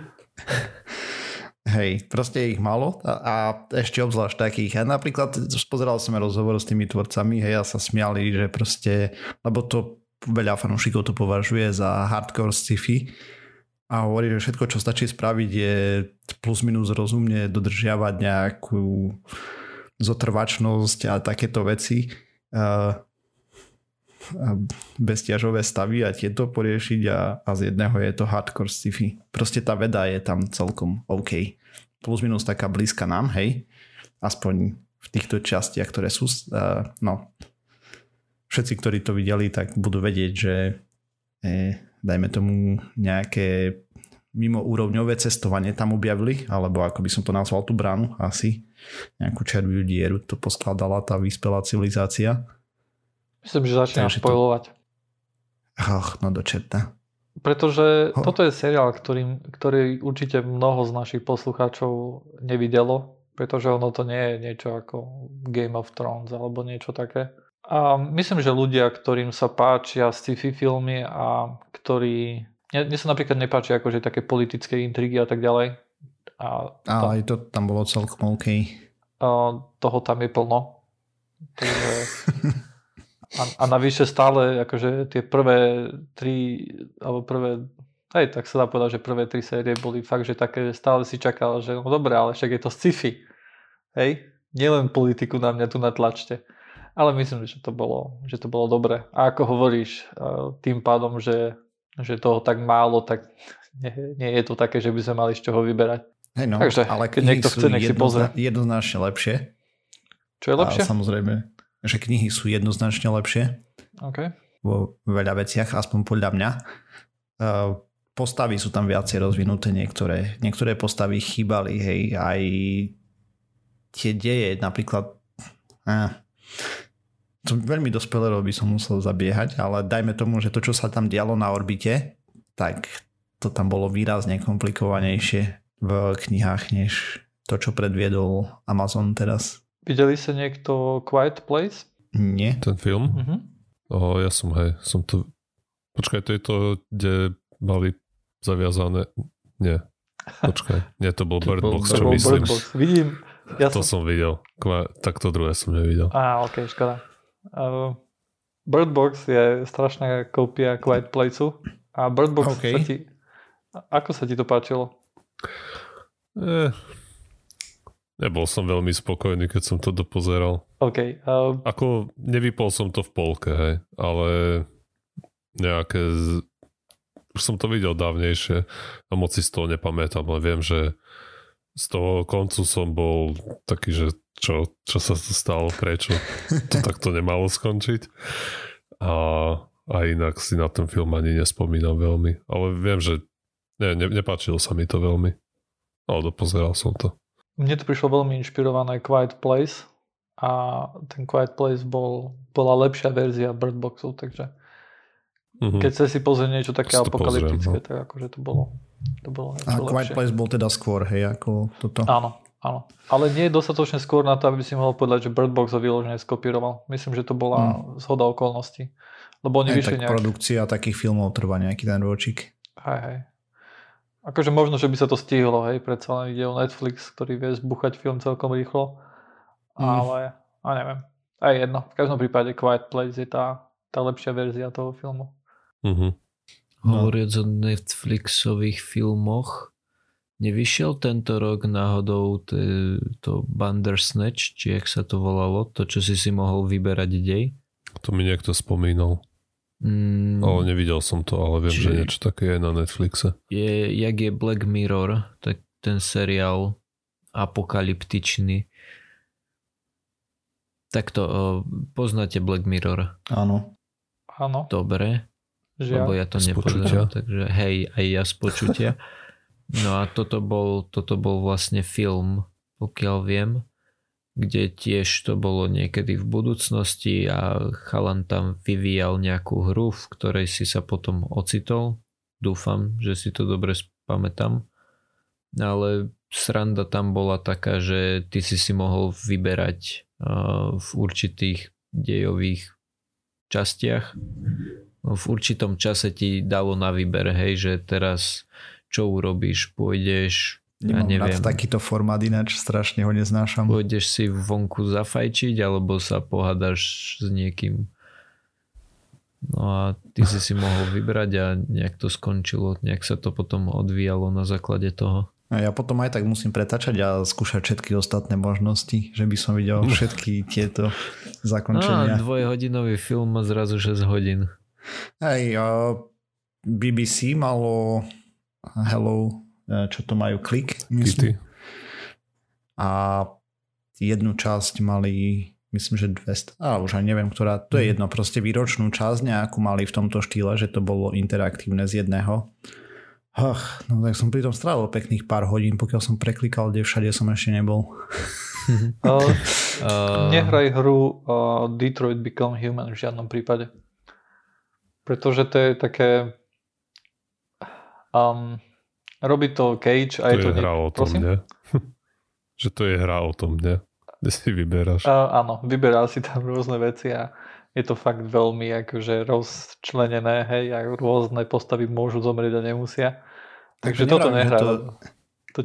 Hej, proste je ich málo a ešte obzvlášť takých. A napríklad pozeral som rozhovor s tými tvorcami, hej, a sa smiali, že proste, lebo to veľa fanúšikov to považuje za hardcore sci-fi a hovorí, že všetko, čo stačí spraviť, je plus minus rozumne dodržiavať nejakú zotrvačnosť a takéto veci. Bezťažové stavy a tieto poriešiť a z jedného je to hardcore sci-fi. Proste tá veda je tam celkom OK. Plus minus taká blízka nám, hej. Aspoň v týchto častiach, ktoré sú všetci, ktorí to videli, tak budú vedieť, že dajme tomu nejaké mimoúrovňové cestovanie tam objavili, alebo ako by som to nazval tú bránu asi. Nejakú červiu dieru to poskladala tá vyspelá civilizácia. Myslím, že začínam spoilovať. No do čerta. Pretože toto je seriál, ktorý určite mnoho z našich poslucháčov nevidelo, pretože ono to nie je niečo ako Game of Thrones alebo niečo také. A myslím, že ľudia, ktorým sa páčia sci-fi filmy a ktorí... Mne sa napríklad nepáči akože také politické intrigy a tak ďalej. Aj to tam bolo celkom OK. Toho tam je plno. Takže... A navyše stále akože tie prvé 3 alebo tak sa dá povedať, že prvé 3 série boli fakt, že také, že stále si čakal, že no dobré, ale však je to sci-fi. Hej? Nielen politiku na mňa tu natlačte. Ale myslím, že to bolo dobré. A ako hovoríš, tým pádom, že toho tak málo, tak nie je to také, že by sme mali z čoho vyberať. Hej no, takže ale keď niekto chce, nech si pozrie. Jednoznačne lepšie. Čo je lepšie? A samozrejme, že knihy sú jednoznačne lepšie. Okay. Vo veľa veciach, aspoň podľa mňa. Postavy sú tam viacej rozvinuté, niektoré postavy chýbali, hej, aj tie deje, napríklad to veľmi do spoilerov by som musel zabiehať, ale dajme tomu, že to, čo sa tam dialo na orbite, tak to tam bolo výrazne komplikovanejšie v knihách, než to, čo predviedol Amazon teraz. Videli ste niekto Quiet Place? Nie. Ten film? Ja som to... Počkaj, to je to, kde mali zaviazané... Nie. Počkaj. Nie, to bol Bird Box, čo myslím. Bird Box. Vidím. To som videl. Tak to druhé som nevidel. Ok, škoda. Bird Box je strašná kópia Quiet Placeu. A Bird Box Ako sa ti to páčilo? Nebol som veľmi spokojný, keď som to dopozeral. Ako nevypol som to v polke, hej, ale nejaké... Už som to videl dávnejšie a moc si z toho nepamätám, ale viem, že z toho koncu som bol taký, že čo sa to stalo, prečo to takto nemalo skončiť. A inak si na ten film ani nespomínam veľmi, ale viem, že nepáčilo sa mi to veľmi, ale dopozeral som to. Mne to prišlo veľmi inšpirované Quiet Place a ten Quiet Place bola lepšia verzia Bird Boxu, takže keď sa si pozrie niečo také apokalyptické, tak akože to bolo niečo lepšie. Quiet Place bol teda skôr, hej, ako toto. Áno. Ale nie je dostatočne skôr na to, aby si mohol povedať, že Bird Box ho vyložene skopíroval. Myslím, že to bola zhoda okolností. Lebo oni vyšli tak produkcia takých filmov trvá nejaký ten ročík. Hej. Akože možno, že by sa to stihlo, hej, predsa len ide o Netflix, ktorý vie zbuchať film celkom rýchlo, ale neviem. Aj jedno. V každom prípade Quiet Place je tá lepšia verzia toho filmu. Hovoriac o Netflixových filmoch, nevyšiel tento rok náhodou to Bandersnatch, či jak sa to volalo, to, čo si mohol vyberať dej? To mi niekto spomínal. Ale nevidel som to, ale viem, že niečo také je na Netflixe. Jak je Black Mirror, tak ten seriál apokalyptičný. Takto, poznáte Black Mirror? Áno. Dobre. Lebo ja to nepozerám, takže hej, aj ja z počutia. No a toto bol vlastne film, pokiaľ viem, kde tiež to bolo niekedy v budúcnosti a chalan tam vyvíjal nejakú hru, v ktorej si sa potom ocitol. Dúfam, že si to dobre spamätám. Ale sranda tam bola taká, že ty si mohol vyberať v určitých dejových častiach. V určitom čase ti dalo na výber, hej, že teraz čo urobíš, pôjdeš, ja neviem. Rád takýto formát ináč, strašne ho neznášam. Pôjdeš si vonku zafajčiť, alebo sa pohádaš s niekým. No a ty si mohol vybrať a nejak to skončilo, nejak sa to potom odvíjalo na základe toho. A ja potom aj tak musím pretačať a skúšať všetky ostatné možnosti, že by som videl všetky tieto zakončenia. 2-hodinový film má zrazu 6 hodín. Hej, BBC malo Hello, čo to majú, Click, myslím. A jednu časť mali, myslím, že 200, už aj neviem, ktorá, to je jedno, proste výročnú časť nejakú mali v tomto štýle, že to bolo interaktívne z jedného. No tak som pri tom strávil pekných pár hodín, pokiaľ som preklikal, kde všade som ešte nebol. Nehraj hru Detroit Become Human v žiadnom prípade. Pretože to je také robí to Cage a to je to hra o tom, nie? Že to je hra o tom, nie? Kde si vyberáš. Áno, vyberá si tam rôzne veci a je to fakt veľmi akože rozčlenené, hej, a rôzne postavy môžu zomrieť a nemusia. Takže toto nehrá. To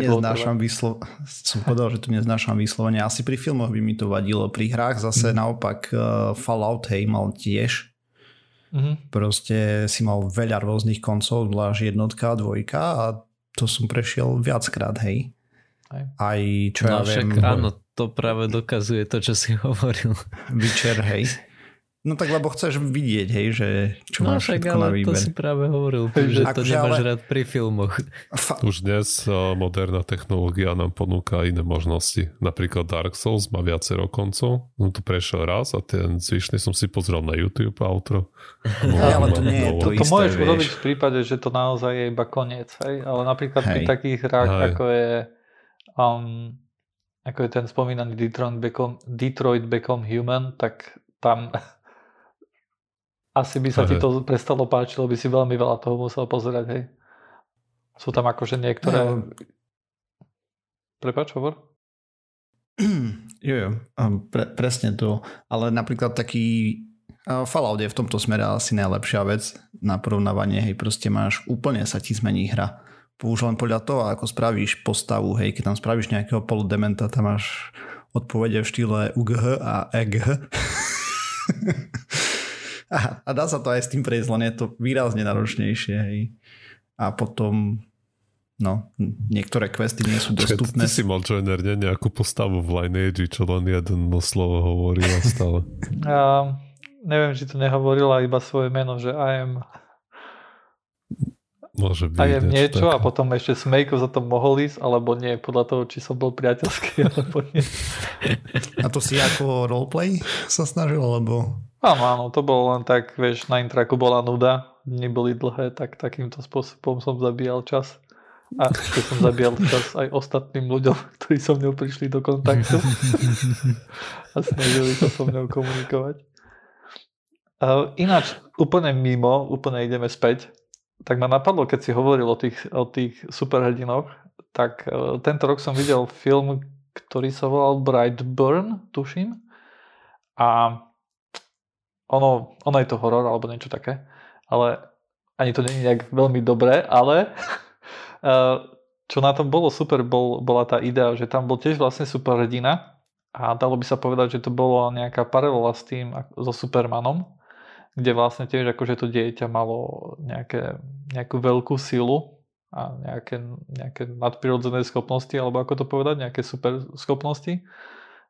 som povedal, že to neznášam vyslovene. Asi pri filmoch by mi to vadilo. Pri hrách zase naopak Fallout, hej, mal tiež. Proste si mal veľa rôznych koncov, zvlášť 1, 2 a to som prešiel viackrát, hej. Aj čo ja viem. Áno, to práve dokazuje to, čo si hovoril. Witcher, hej. No tak lebo chceš vidieť, hej, že čo máš všetko na výber. To si práve hovoril, že to nemáš rád pri filmoch. Už dnes moderná technológia nám ponúka iné možnosti. Napríklad Dark Souls má viacero koncov. No to prešiel raz a ten zvyšný som si pozrel na YouTube outro. Ale to nie je to isté, môžeš urobiť v prípade, že to naozaj je iba koniec. Hej? Ale napríklad pri takých hrách, ako je ten spomínaný Detroit Become Human, tak tam asi by sa ti to prestalo páčiť, lebo by si veľmi veľa toho musel pozerať, hej. Sú tam akože niektoré... Prepáč, hovor? Jo, presne to. Ale napríklad taký Fallout je v tomto smere asi najlepšia vec na porovnávanie, hej, proste máš, úplne sa ti zmení hra. Už len podľa toho, ako spravíš postavu, hej, keď tam spravíš nejakého poludementa, tam máš odpovede v štýle UGH a EGH. A dá sa to aj s tým prejsť, len je to výrazne náročnejšie. Hej. A potom niektoré questy nie sú dostupné. Ty si mal joiner, nejakú postavu v Lineage, čo len jedno slovo hovorila stále. Neviem, či to nehovorila iba svoje meno, že I am... Môže byť. I am niečo také. A potom ešte Smejko za to mohol ísť, alebo nie, podľa toho, či som bol priateľský, alebo nie. A to si ako roleplay sa snažil, alebo... Áno, to bolo len tak, vieš, na intraku bola nuda, dni boli dlhé, tak takýmto spôsobom som zabíjal čas. A ešte som zabíjal čas aj ostatným ľuďom, ktorí so mnou prišli do kontaktu a snažili sa so mnou komunikovať. Ináč, úplne ideme späť, tak ma napadlo, keď si hovoril o tých superhrdinoch, tak tento rok som videl film, ktorý sa volal Brightburn, tuším. A ono je to horor alebo niečo také, ale ani to nie je nejak veľmi dobré, ale čo na tom bolo super, bola tá idea, že tam bol tiež vlastne superhrdina a dalo by sa povedať, že to bolo nejaká paralela s tým so Supermanom, kde vlastne tiež akože to dieťa malo nejakú veľkú silu a nejaké nadprirodzené schopnosti, alebo ako to povedať, nejaké super schopnosti.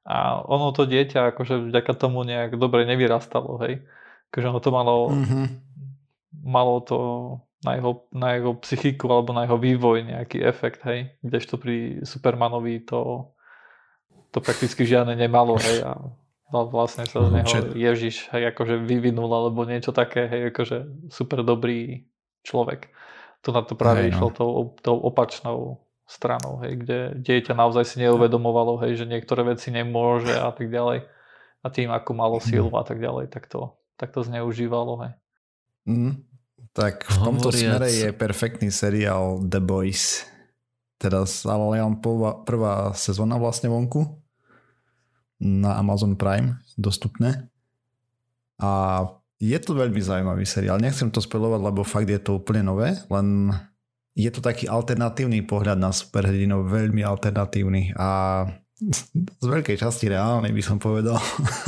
A ono to dieťa akože vďaka tomu nejak dobre nevyrastalo, hej. Akože ono to malo to na jeho psychiku alebo na jeho vývoj nejaký efekt, hej. Kdežto pri Supermanovi to prakticky žiadne nemalo, hej. A vlastne sa z neho Ježiš, hej, akože vyvinul alebo niečo také, hej, akože super dobrý človek. Tu na to práve išlo tou opačnou stranou, hej, kde dieťa naozaj si neuvedomovalo, hej, že niektoré veci nemôže a tak ďalej. A tým, ako malo silu a tak ďalej, tak to zneužívalo, hej. Tak v tomto smere je perfektný seriál The Boys. Teraz ale len prvá sezóna vlastne vonku na Amazon Prime dostupné. A je to veľmi zaujímavý seriál. Nechcem to spoilovať, lebo fakt je to úplne nové, len je to taký alternatívny pohľad na superhrdinov, veľmi alternatívny a z veľkej časti reálny, by som povedal.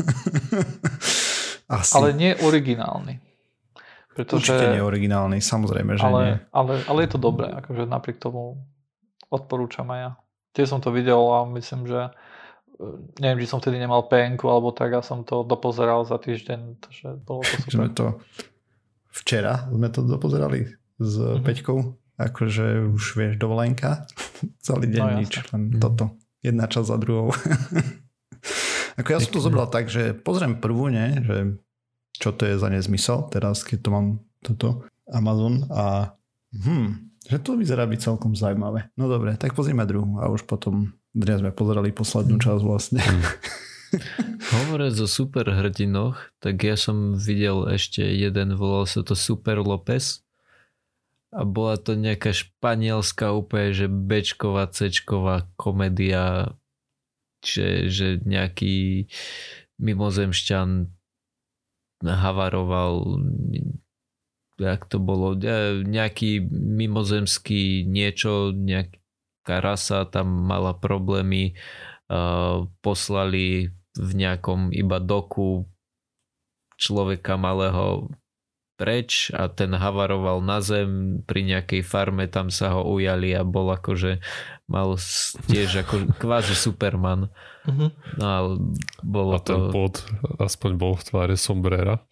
Asi. Ale nie originálny. Pretože, určite nie originálny, samozrejme, že nie. Ale je to dobré, akože napriek tomu odporúčam aj ja. Tiež som to videl a myslím, že neviem, či som vtedy nemal PN-ku alebo tak a som to dopozeral za týždeň, takže bolo to super. Včera sme to dopozerali s Peťkou. Akože už vieš, dovolenka. Celý deň nič. Len toto. Jedna časť za druhou. Ako ja som to zobral tak, že pozriem prvú, ne? Že čo to je za nezmysel teraz, keď to mám toto Amazon a že to vyzerá byť celkom zaujímavé. No dobre, tak pozrieme druhú a už potom dnes sme pozerali poslednú časť vlastne. Hovoriac o superhrdinoch, tak ja som videl ešte jeden, volal sa to Super López. A bola to nejaká španielská úplne, že Bčková, Cčková komédia, že nejaký mimozemšťan havaroval, jak to bolo, nejaký mimozemský niečo, nejaká rasa tam mala problémy, poslali v nejakom iba doku človeka malého preč a ten havaroval na zem pri nejakej farme, tam sa ho ujali a bol akože mal tiež ako kvázi Superman. No ale bolo a ten pod aspoň bol v tváre sombrera?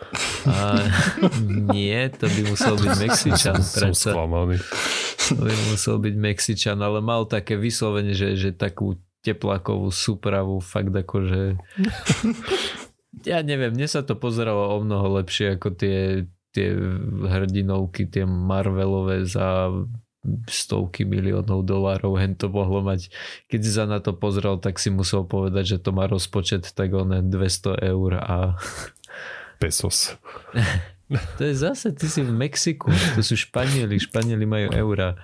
Nie, to by musel byť Mexičan. Som sklamaný. To by musel byť Mexičan, ale mal také vyslovene, že takú teplákovú súpravu, fakt akože ja neviem, mne sa to pozeralo o mnoho lepšie ako tie hrdinovky, tie Marvelové za stovky miliónov dolárov, hen to mohlo mať. Keď si sa na to pozrel, tak si musel povedať, že to má rozpočet tak oné 200 eur a pesos. To je zase, ty si v Mexiku, to sú Španieli majú eurá.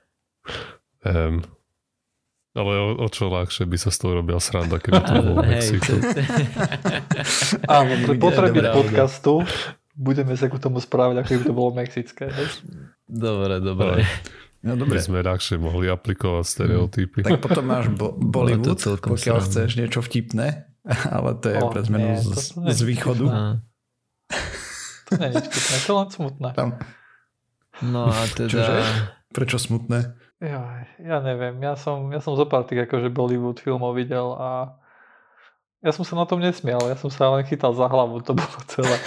Ale o čo ľahšie by sa z toho robil sranda, keby to bolo v Mexiku. Áno, pre potreby podcastu budeme sa k tomu správať, ako by to bolo mexické. Dobre. No, dobre. My sme ľahšie mohli aplikovať stereotypy. Tak potom máš Bollywood, pokiaľ chceš niečo vtipné, ale to je pre zmenu z východu. To nie je vtipné, to len smutné. No a teda... Čože? Prečo smutné? Ja neviem, ja som zo pár tých akože Bollywood filmov videl a ja som sa na tom nesmial, ja som sa len chytal za hlavu, to bolo celé.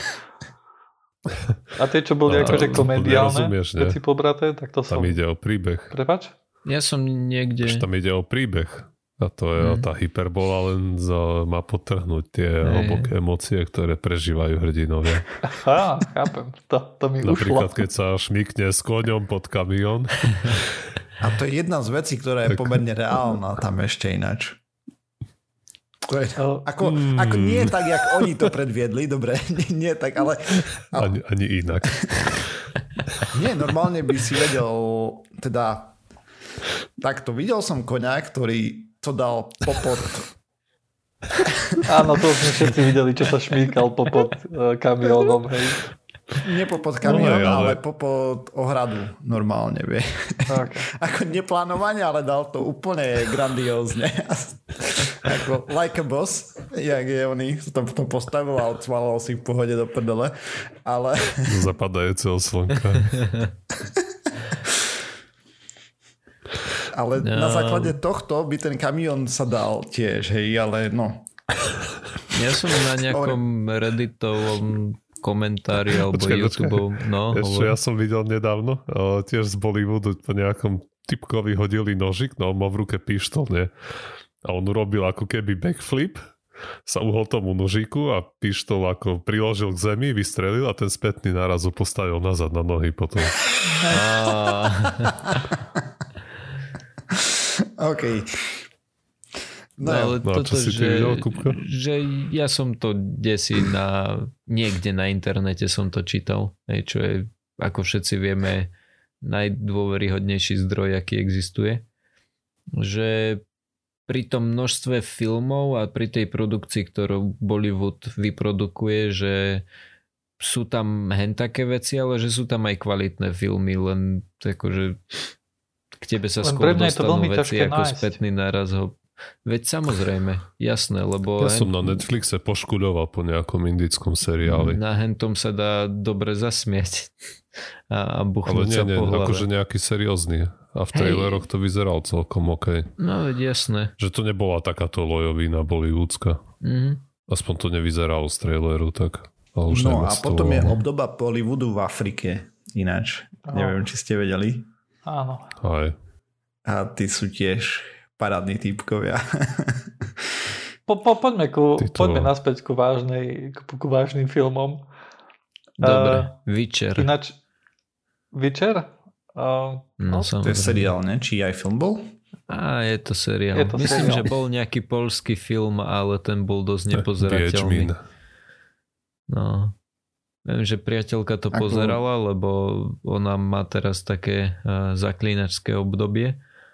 A tie, čo boli akože komediálne, keď si pobraté, tak to som... Tam ide o príbeh. Prepáč? Ja som niekde... Tam ide o príbeh. A to je tá hyperbola len má podtrhnúť tie hlboké emócie, ktoré prežívajú hrdinovia. Aha, chápem. To mi napríklad, ušlo. keď sa šmykne s koňom pod kamión. A to je jedna z vecí, ktorá je pomerne reálna tam ešte ináč. To je, ako nie tak, jak oni to predviedli, dobre, nie tak, ale... Ani inak. Nie, normálne by si vedel, teda takto, videl som koňa, ktorý to dal popod. Áno, to sme všetci videli, čo sa šmýkal popod kamiónom, hej. Nie popod kamión, ale popod ohradu normálne, vie. Okay. Ako neplánovanie, ale dal to úplne grandiózne. Ako like a boss, jak je oný, sa tam potom postavil a odsvalal si v pohode do prdele. Ale... Zapadajúceho slnka. Ale na základe tohto by ten kamión sa dal tiež, hej, ale no. Ja som na nejakom Redditovom komentári alebo YouTube. No, ešte ja som videl nedávno, tiež z Bollywoodu po nejakom typkovi hodili nožik, no on mal v ruke pištol, nie? A on urobil ako keby backflip, sa uhol tomu nožíku a pištol ako priložil k zemi, vystrelil a ten spätný náraz ho postavil nazad na nohy potom. OK. No ale toto, že ja som to niekde na internete som to čítal, čo je, ako všetci vieme, najdôveryhodnejší zdroj, aký existuje. Že pri tom množstve filmov a pri tej produkcii, ktorú Bollywood vyprodukuje, že sú tam hen také veci, ale že sú tam aj kvalitné filmy, len akože k tebe sa skôr dostanú veci ako spätný náraz ho. Veď samozrejme, jasné, lebo... Ja som na Netflixe poškuľoval po nejakom indickom seriáli. Na hentom sa dá dobre zasmiať a buchnúť sa po hlave. Akože nejaký seriózny. A v traileroch to vyzeral celkom OK. No veď jasné. Že to nebola takáto lojovina bollywoodská. Aspoň to nevyzeralo z traileru tak. No a potom je obdoba Bollywoodu v Afrike ináč. Neviem, či ste vedeli. Áno. Aj. A tí sú tiež parádni týpkovia. Poďme naspäť ku vážnym filmom. Dobre, Witcher. Ináč, Witcher? No, to je seriál, ne? Či aj film bol? Je to seriál. Myslím, že bol nejaký poľský film, ale ten bol dosť nepozerateľný. No. Viem, že priateľka to pozerala, lebo ona má teraz také zaklínačské obdobie.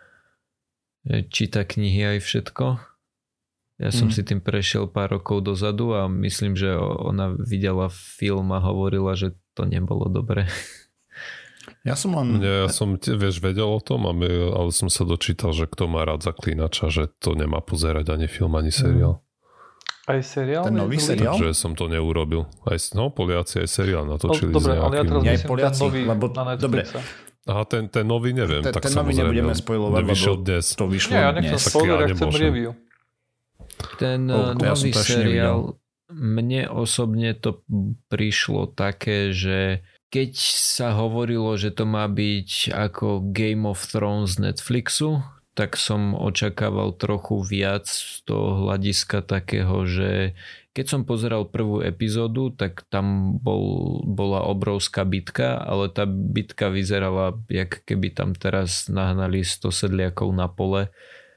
Číta knihy aj všetko. Ja som si tým prešiel pár rokov dozadu a myslím, že ona videla film a hovorila, že to nebolo dobre. Ja som vieš, vedel o tom, ale som sa dočítal, že kto má rád zaklínača, že to nemá pozerať ani film, ani seriál. Aj seriál? Ten nový seriál? Takže som to neurobil. Poliaci aj seriál natočili. Dobre, ale ja teraz myslím Poliaci, ten nový na Netflixe. Aha, ten nový neviem. Ten nový nebudeme spoilovať, lebo dnes. To vyšlo dnes. Ja nechcem spoiler, ja chcem review. Ten nový seriál, mne osobne to prišlo také, že keď sa hovorilo, že to má byť ako Game of Thrones Netflixu, tak som očakával trochu viac z toho hľadiska takého, že keď som pozeral prvú epizódu, tak tam bola obrovská bitka, ale tá bitka vyzerala, jak keby tam teraz nahnali 100 sedliakov na pole.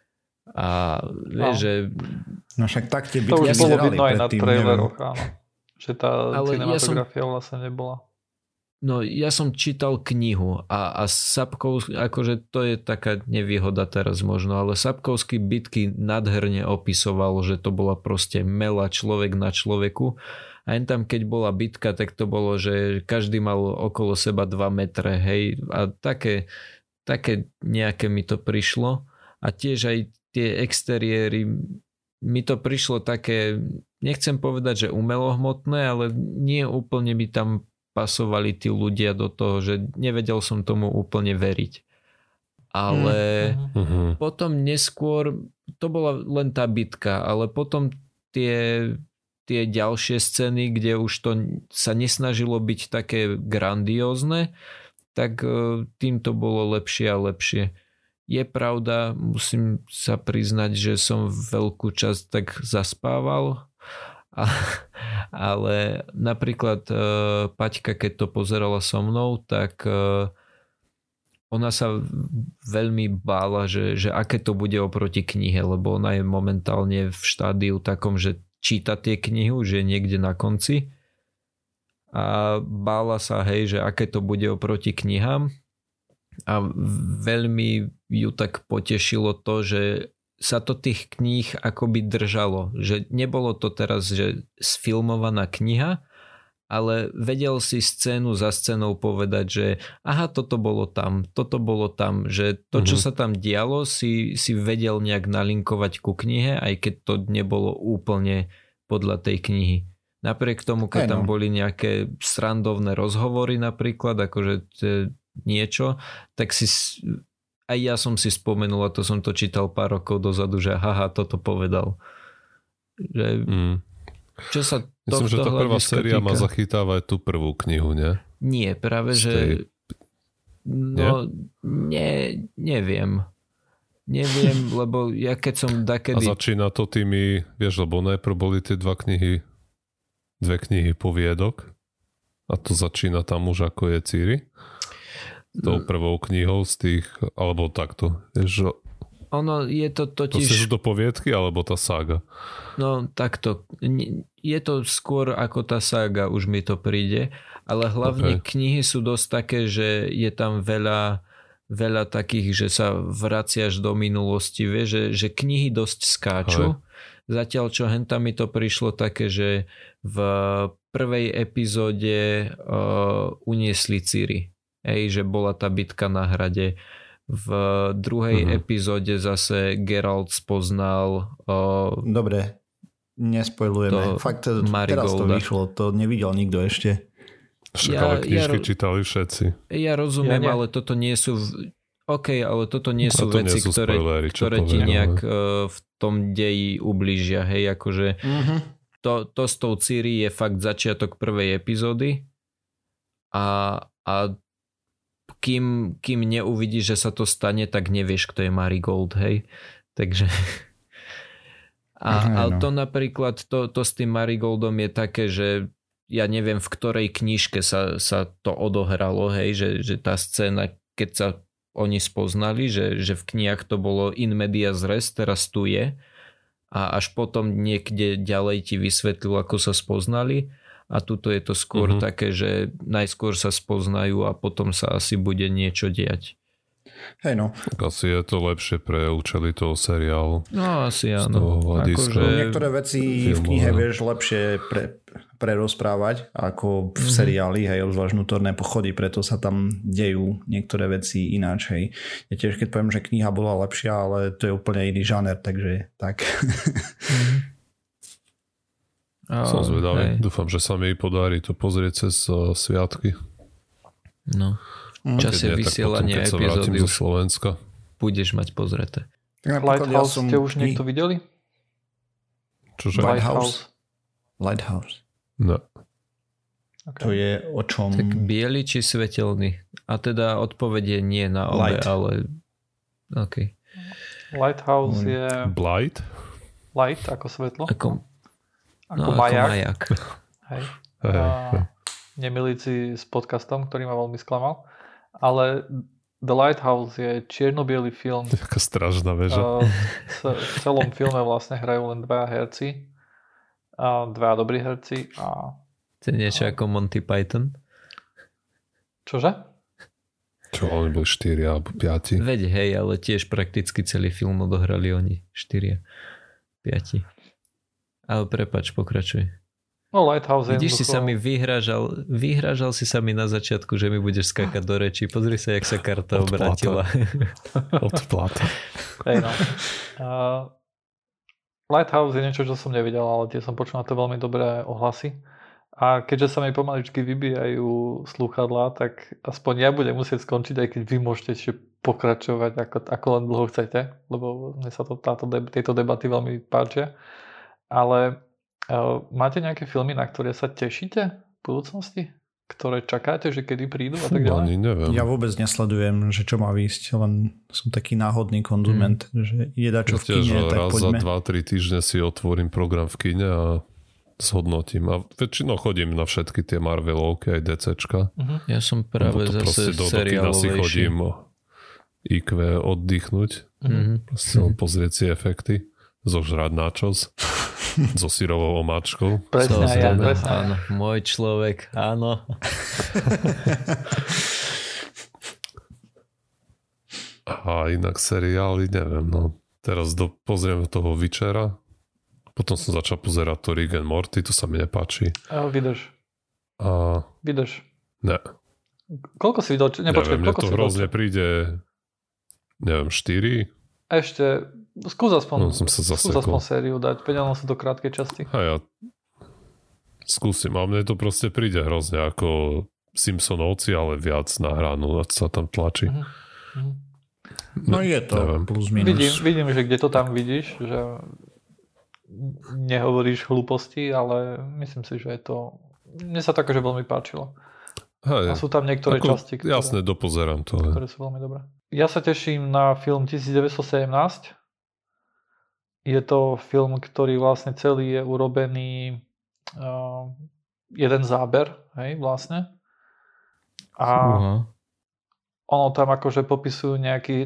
A vieš, že... No však tak tie bitky vyzerali. To už bolo vidno aj na traileroch, áno. Že tá cinematografia vlastne nebola. No ja som čítal knihu a Sapkowski, akože to je taká nevýhoda teraz možno, ale Sapkowski bitky nádherne opisoval, že to bola proste mela človek na človeku a jen tam keď bola bitka, tak to bolo, že každý mal okolo seba 2 metre, hej, a také nejaké mi to prišlo a tiež aj tie exteriéry mi to prišlo také, nechcem povedať, že umelohmotné, ale nie úplne by tam pasovali tí ľudia do toho, že nevedel som tomu úplne veriť. Ale potom neskôr, to bola len tá bitka, ale potom tie ďalšie scény, kde už to sa nesnažilo byť také grandiózne, tak tým to bolo lepšie a lepšie. Je pravda, musím sa priznať, že som veľkú časť tak zaspával, ale napríklad Paťka, keď to pozerala so mnou, tak ona sa veľmi bála, že aké to bude oproti knihe, lebo ona je momentálne v štádiu takom, že číta tie knihy, už je niekde na konci a bála sa, hej, že aké to bude oproti knihám a veľmi ju tak potešilo to, že sa to tých kníh akoby držalo, že nebolo to teraz, že sfilmovaná kniha, ale vedel si scénu za scénou povedať, že aha, toto bolo tam, že to, čo sa tam dialo, si vedel nejak nalinkovať ku knihe, aj keď to nebolo úplne podľa tej knihy. Napriek tomu, keď tam boli nejaké srandovné rozhovory napríklad, akože niečo, tak si aj ja som si spomenul, a to som to čítal pár rokov dozadu, že haha, toto povedal. Že, čo sa myslím, že tá prvá séria má zachytávať tú prvú knihu, nie? Nie, práve, že no, neviem. Neviem, lebo ja keď som dakedy... A začína to tými, vieš, lebo najprv boli tie dve knihy poviedok a to začína tam už ako je Ciri. Tou prvou knihou z tých, alebo takto, vieš, ono je to totiž... To sú to poviedky, alebo tá sága? No takto, je to skôr ako tá sága, už mi to príde, ale hlavne knihy sú dosť také, že je tam veľa takých, že sa vraciaš do minulosti, vieš, že knihy dosť skáču. Zatiaľ, čo henta mi to prišlo také, že v prvej epizóde uniesli Ciri. Že bola tá bitka na hrade. V druhej epizóde zase Geralt spoznal... Dobre, nespoilujeme. Fakt, teraz to vyšlo, to nevidel nikto ešte. Však ale knižky čítali všetci. Ja rozumiem, ale toto nie sú... OK, ale toto nie sú veci, ktoré ti nejak v tom deji ublížia. Hej, akože to s tou Ciri je fakt začiatok prvej epizódy a kým neuvidíš, že sa to stane, tak nevieš, kto je Marigold, hej. Takže... Ale to napríklad, to s tým Marigoldom je také, že ja neviem, v ktorej knižke sa to odohralo, hej, že tá scéna, keď sa oni spoznali, že v knihách to bolo in medias res, teraz tu je a až potom niekde ďalej ti vysvetlil, ako sa spoznali a tuto je to skôr také, že najskôr sa spoznajú a potom sa asi bude niečo diať. Hej no. Asi je to lepšie pre účely toho seriálu. No asi áno. Niektoré veci v knihe vieš lepšie prerozprávať ako v seriáli, hej, obzvlášť vnútorné pochody, preto sa tam dejú niektoré veci ináč, hej. Ja tiež keď poviem, že kniha bola lepšia, ale to je úplne iný žáner, takže tak. Som zvedavý. Dúfam, že sa mi podarí to pozrieť cez sviatky. No. Časie vysielania epizódy zo Slovenska. Budeš mať pozreté. Lighthouse ste už niekto videli? Čože? Lighthouse. No. Okay. To je o čom? Tak biely či svetelný? A teda odpovedie nie na obe, ale... OK. Lighthouse je... Blight? Light ako svetlo. Ako majak. Hej. Nemiliť si s podcastom, ktorý ma veľmi sklamal. Ale The Lighthouse je čierno-biely film. Taká strašná väža. V celom filme vlastne hrajú len dvaja herci. Dva dobrí herci. To je niečo ako Monty Python? Čože? Čo, oni boli 4 alebo 5? Veď hej, ale tiež prakticky celý film odohrali oni 4, 5. Ale prepáč, pokračuj. No Lighthouse vidíš, si sa mi vyhrážal si sa mi na začiatku, že mi budeš skákať do reči. Pozri sa, jak sa karta obrátila. Odplata. Hej no. Lighthouse je niečo, čo som nevidel, ale tie som počul na to veľmi dobré ohlasy. A keďže sa mi pomaličky vybíjajú slúchadlá, tak aspoň ja budem musieť skončiť, aj keď vy môžete ešte pokračovať ako len dlho chcete, lebo mne sa tieto debaty veľmi páčia. Ale máte nejaké filmy, na ktoré sa tešíte v budúcnosti? Ktoré čakáte, že kedy prídu a tak ďalej? Neviem. Ja vôbec nesledujem, že čo má výjsť, len som taký náhodný konzument, že je dačo v kine, tak raz poďme. Raz za 2-3 týždne si otvorím program v kine a zhodnotím. A väčšinou chodím na všetky tie Marvelovky aj DCčka. Ja som práve zase seriálovejší. Si chodím IQ oddychnúť, pozrieť si efekty, zožrať načos. So syrovou omáčkou. Presne, áno, môj človek, áno. A inak seriály, neviem, no. Teraz pozriem toho Witchera, potom som začal pozerať to Rick and Morty, to sa mi nepáči. Vydrž. Vydrž. Ne. Koľko si videl? Neviem, mne to hrozne príde, neviem, 4? Ešte, skús aspoň sériu dať, vedia sú to krátke časti. A ja skúsim, a mne to proste príde hrozne ako Simpsonovci, ale viac nahranú, sa tam tlačí. No je to plus minus. Vidím, že kde to tam vidíš, že nehovoríš hlúposti, ale myslím si, že je to... Mne sa to akože veľmi páčilo. Hej, a sú tam niektoré časti, jasne, dopozerám to. Ktoré sú veľmi dobré. Ja sa teším na film 1917. Je to film, ktorý vlastne celý je urobený jeden záber, hej, vlastne. A ono tam akože popisujú nejaké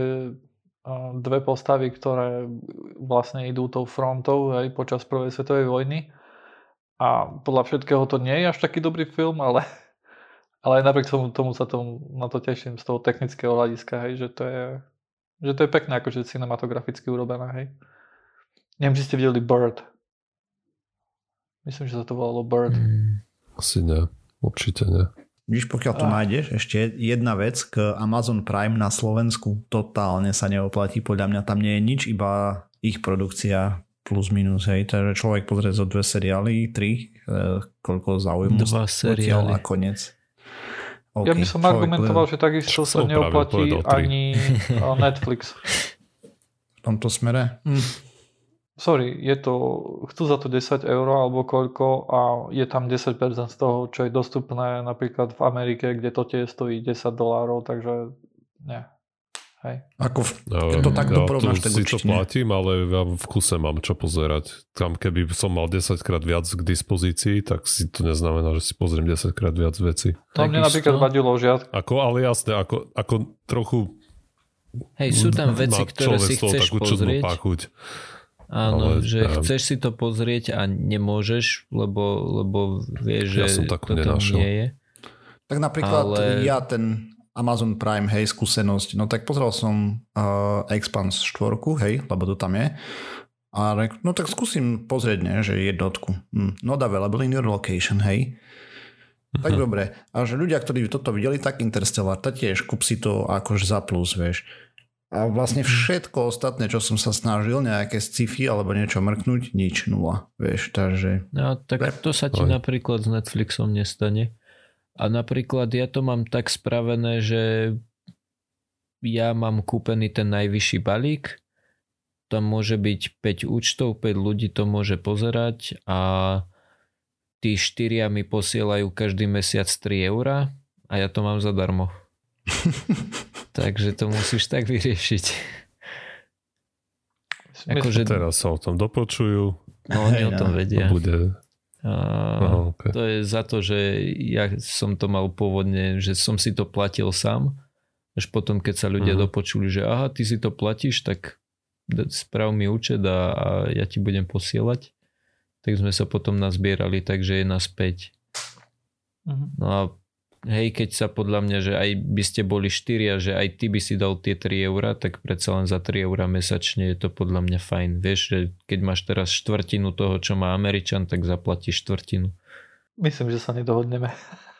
dve postavy, ktoré vlastne idú tou frontou, hej, počas prvej svetovej vojny. A podľa všetkého to nie je až taký dobrý film, ale aj napriek tomu sa na to teším z toho technického hľadiska, hej, že to je pekné akože cinematograficky urobené, hej. Neviem, či ste videli Bird. Myslím, že sa to volalo Bird. Asi ne, určite ne. Víš, pokiaľ to nájdeš, ešte jedna vec k Amazon Prime na Slovensku totálne sa neoplatí, podľa mňa tam nie je nič, iba ich produkcia plus minus, hej, takže človek pozrie zo 2 seriály, 3, koľko zaujímu 2 seriály a konec. Okay, ja by som argumentoval, že takisto sa neoplatí ani Netflix. V tomto smere? Sorry, chcú za to 10 € alebo koľko a je tam 10% z toho, čo je dostupné napríklad v Amerike, kde to tiež stojí $10, takže nie. Hej. Ako keď to takto porovnáš, tak si určite to platím, ale ja v kuse mám čo pozerať. Tam keby som mal 10 krát viac k dispozícii, tak si to neznamená, že si pozriem 10 krát viac veci. To mne napríklad vadilo ale jasne, ako trochu hej, sú tam veci, ktoré si chceš pozrieť. Áno, ale, že chceš si to pozrieť a nemôžeš, lebo vieš, že to tam nie je. Tak napríklad ja ten Amazon Prime, hej, skúsenosť. No tak pozrel som Expanse 4, hej, lebo to tam je. A no tak skúsim pozrieť, ne, že jednotku. Not available in your location, hej. Tak dobre. A že ľudia, ktorí toto videli, tak Interstellar, tak tiež kúp si to akož za plus, vieš. A vlastne všetko ostatné, čo som sa snažil, nejaké sci-fi alebo niečo mrknúť, nič, nula, vieš, takže... No tak to sa ti napríklad s Netflixom nestane. A napríklad ja to mám tak spravené, že ja mám kúpený ten najvyšší balík, tam môže byť 5 účtov, 5 ľudí to môže pozerať a tí 4 mi posielajú každý mesiac 3 € a ja to mám zadarmo. Takže to musíš tak vyriešiť. Akože teraz sa o tom dopočujú. No oni o tom vedia. Bude... Okay. To je za to, že ja som to mal pôvodne, že som si to platil sám. Až potom, keď sa ľudia dopočuli, že aha, ty si to platíš, tak sprav mi účet a ja ti budem posielať. Tak sme sa potom nazbierali, takže je nás 5. No a hej, keď sa podľa mňa, že aj by ste boli 4 a že aj ty by si dal tie 3 €, tak predsa len za 3 € mesačne je to podľa mňa fajn. Vieš, že keď máš teraz štvrtinu toho, čo má Američan, tak zaplatíš štvrtinu. Myslím, že sa nedohodneme.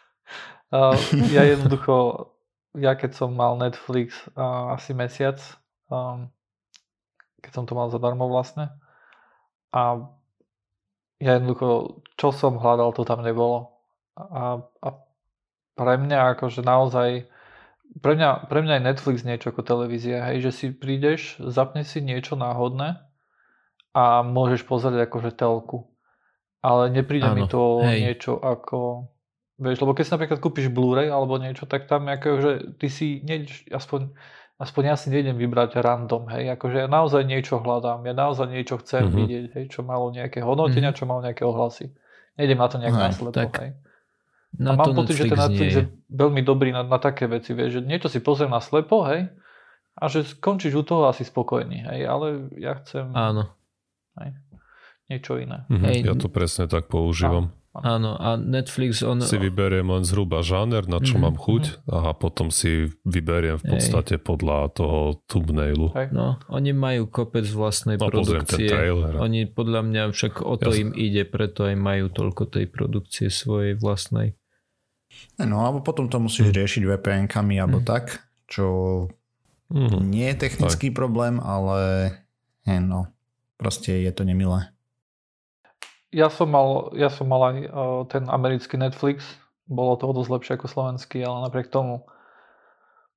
Ja keď som mal Netflix asi mesiac, keď som to mal zadarmo vlastne, a ja jednoducho, čo som hľadal, to tam nebolo. A pre mňa akože naozaj, pre mňa je Netflix niečo ako televízia, hej, že si prídeš, zapneš si niečo náhodné a môžeš pozrieť akože telku. Ale nepríde mi to niečo ako, vieš, lebo keď si napríklad kúpiš Blu-ray alebo niečo, tak tam akože ty si nejdeš, aspoň ja si nejdem vybrať random, hej, akože ja naozaj niečo hľadám, ja naozaj niečo chcem vidieť, hej, čo malo nejaké hodnotenia, čo malo nejaké ohlasy. Nejdem na to nejak následko, hej. A mám pocit, že ten Netflix je veľmi dobrý na také veci, vieš, že niečo si pozriem na slepo, hej, a že skončíš u toho asi spokojný, hej, ale ja chcem hej, niečo iné. Hej. Ja to presne tak používam. Áno, a Netflix si vyberiem len zhruba žáner, na čo mám chuť a potom si vyberiem v podstate podľa toho thumbnailu. No, oni majú kopec vlastnej produkcie. Oni podľa mňa však o to im ide, preto aj majú toľko tej produkcie svojej vlastnej. No, alebo potom to musíš riešiť VPN-kami alebo tak, čo nie je technický problém, ale no, proste je to nemilé. Ja som mal aj ten americký Netflix, bolo to dosť lepšie ako slovenský, ale napriek tomu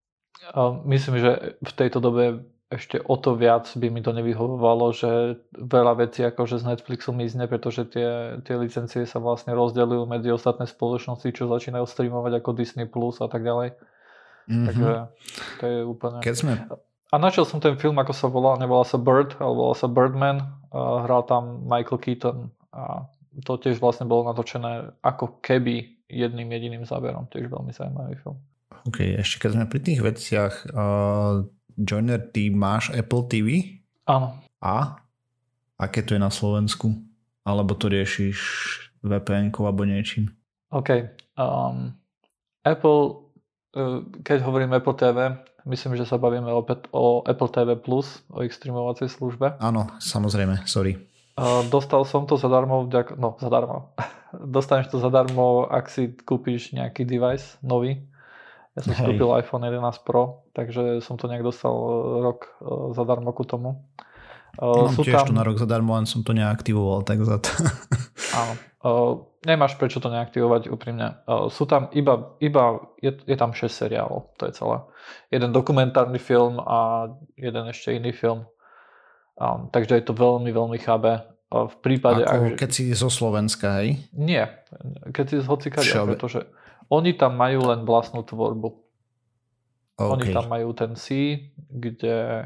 Myslím, že v tejto dobe ešte o to viac by mi to nevyhovovalo, že veľa vecí akože z Netflixu mizne, pretože tie licencie sa vlastne rozdeľujú medzi ostatné spoločnosti, čo začínajú streamovať ako Disney Plus a tak ďalej. Takže to je úplne... A našiel som ten film, ako sa volal, nevolal sa Bird, ale volal sa Birdman. Hral tam Michael Keaton a to tiež vlastne bolo natočené ako keby jedným jediným záberom. Tiež veľmi zaujímavý film. OK, ešte keď sme pri tých veciach, Joiner, ty máš Apple TV? Áno. A? Aké to je na Slovensku? Alebo to riešiš VPN-kou alebo niečím? OK. Apple, keď hovorím Apple TV, myslím, že sa bavíme opäť o Apple TV+, o ich streamovacej službe. Áno, samozrejme, sorry. Dostal som to zadarmo, zadarmo. Dostaneš to zadarmo, ak si kúpiš nejaký device nový. Ja som kúpil iPhone 11 Pro, takže som to nejak dostal rok zadarmo ku tomu. Mám tiež to na rok zadarmo, len som to neaktivoval, tak za to. Áno. Nemáš prečo to neaktivovať úprimne. Sú tam je tam 6 seriálov, to je celé. Jeden dokumentárny film a jeden ešte iný film. Takže je to veľmi, veľmi chábe. V prípade... Keď si zo Slovenska, hej? Nie. Keď si z hocikadia, pretože oni tam majú len vlastnú tvorbu. Okay. Oni tam majú ten C, kde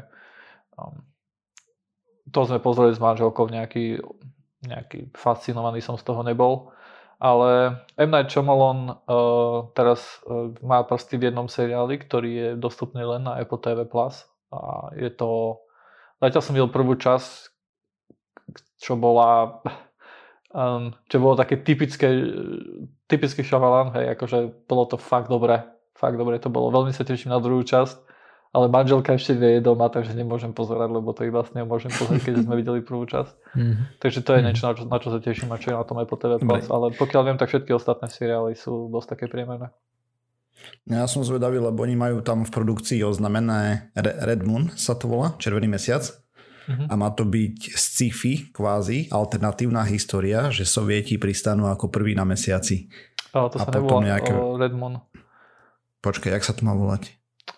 to sme pozreli s manželkou, nejaký fascinovaný som z toho nebol. Ale M. Night Shyamalan teraz má prsty v jednom seriáli, ktorý je dostupný len na Apple TV+. A je to... Zatiaľ som videl prvú časť, čo bolo také typické Shyamalan, hej, akože bolo to fakt dobre to bolo. Veľmi sa teším na druhú časť, ale manželka ešte nie je doma, takže nemôžem pozerať, lebo to iba s ňou môžem pozerať, keď sme videli prvú časť. Takže to je niečo, na čo sa teším a čo je na tom Apple TV+. Ale pokiaľ viem, tak všetky ostatné seriály sú dosť také priemerné. Ja som zvedavý, lebo oni majú tam v produkcii oznamené Red Moon, sa to volá, Červený mesiac. A má to byť sci-fi, kvázi, alternatívna história, že Sovieti pristanú ako prví na mesiaci. To sa nevolá Red Moon. Počkaj, jak sa to má volať?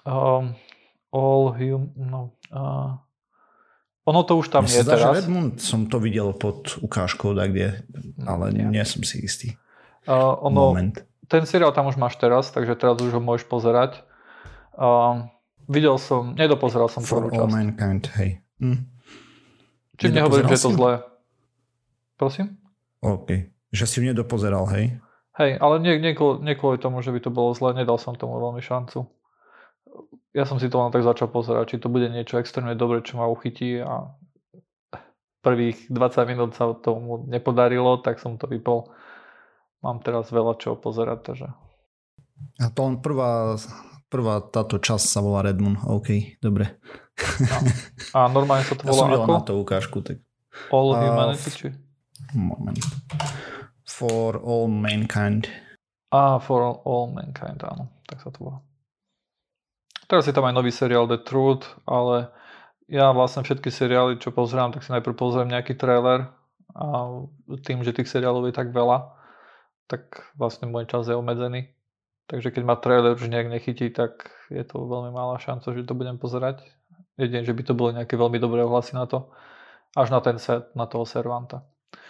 Ono to už tam je teraz. Red Moon som to videl pod ukážkou, kde, ale nie som si istý. Moment. Ten seriál tam už máš teraz, takže teraz už ho môžeš pozerať. Nedopozeral som prvú časť. For All Mankind, hej. Čím nehovorím, že je to zlé. Prosím? OK. Že si ju nedopozeral, hej? Hej, ale nie kvôli tomu, že by to bolo zlé, nedal som tomu veľmi šancu. Ja som si to len tak začal pozerať, či to bude niečo extrémne dobré, čo ma uchytí a prvých 20 minút sa tomu nepodarilo, tak som to vypol. Mám teraz veľa čoho pozerať, takže... A to len prvá táto časť sa volá Red Moon, OK, dobre. A normálne sa to volá ako? Ja som na to ukážku, tak... All Humanity, či? Moment. For All Mankind. For All Mankind, áno, tak sa to volá. Teraz je tam aj nový seriál The Truth, ale ja vlastne všetky seriály, čo pozerám, tak si najprv pozriem nejaký trailer a tým, že tých seriálov je tak veľa, tak vlastne môj čas je obmedzený. Takže keď ma trailer už nejak nechytí, tak je to veľmi malá šanca, že to budem pozerať. Jedine, že by to boli nejaké veľmi dobré ohlasy na to. Až na ten set, na toho servanta.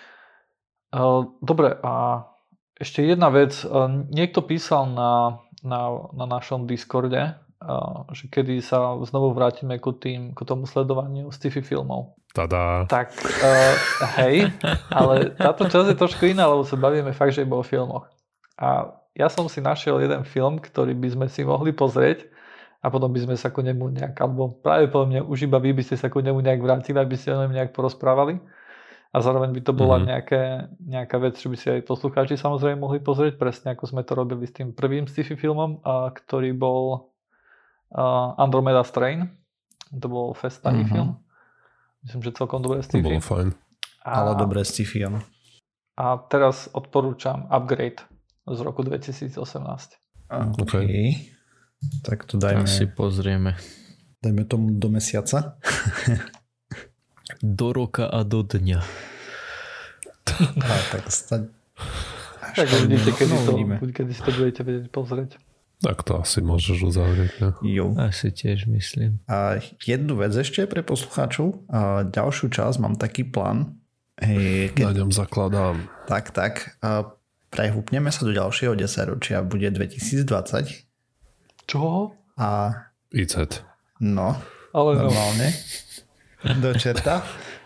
Dobre, a ešte jedna vec. Niekto písal na našom Discorde, že kedy sa znovu vrátime ku tomu sledovaniu sci-fi filmov. Tada. Tak, hej, ale táto časť je trošku iná, lebo sa bavíme fakt, že iba o filmoch. A ja som si našiel jeden film, ktorý by sme si mohli pozrieť a potom by sme sa ku nemu nejak, alebo práve po mne už iba vy by ste sa ku nemu nejak vrátili, aby ste o ňom nejak porozprávali. A zároveň by to bola nejaká vec, čo by si aj poslucháči samozrejme mohli pozrieť, presne ako sme to robili s tým prvým sci-fi filmom, ktorý bol Andromeda Strain. To bol festný film. Myslím, že celkom dobré sci-fi. To bolo fajn. Ale dobré sci-fi, áno. A teraz odporúčam Upgrade z roku 2018. OK. Tak to dajme. Tak si pozrieme. Dajme tomu do mesiaca. Do roka a do dňa. Tak uvidíte, kedy si to budete vedieť pozrieť. Tak to asi môžeš uzavrieť. Ne? Jo. Asi tiež myslím. A jednu vec ešte pre poslucháčov. A ďalšiu časť mám taký plán. Na ňom zakladám. Tak. Prehúpneme sa do ďalšieho 10 ročia. Bude 2020. Čo? A... IZ. No. Ale normálne. Do čerta.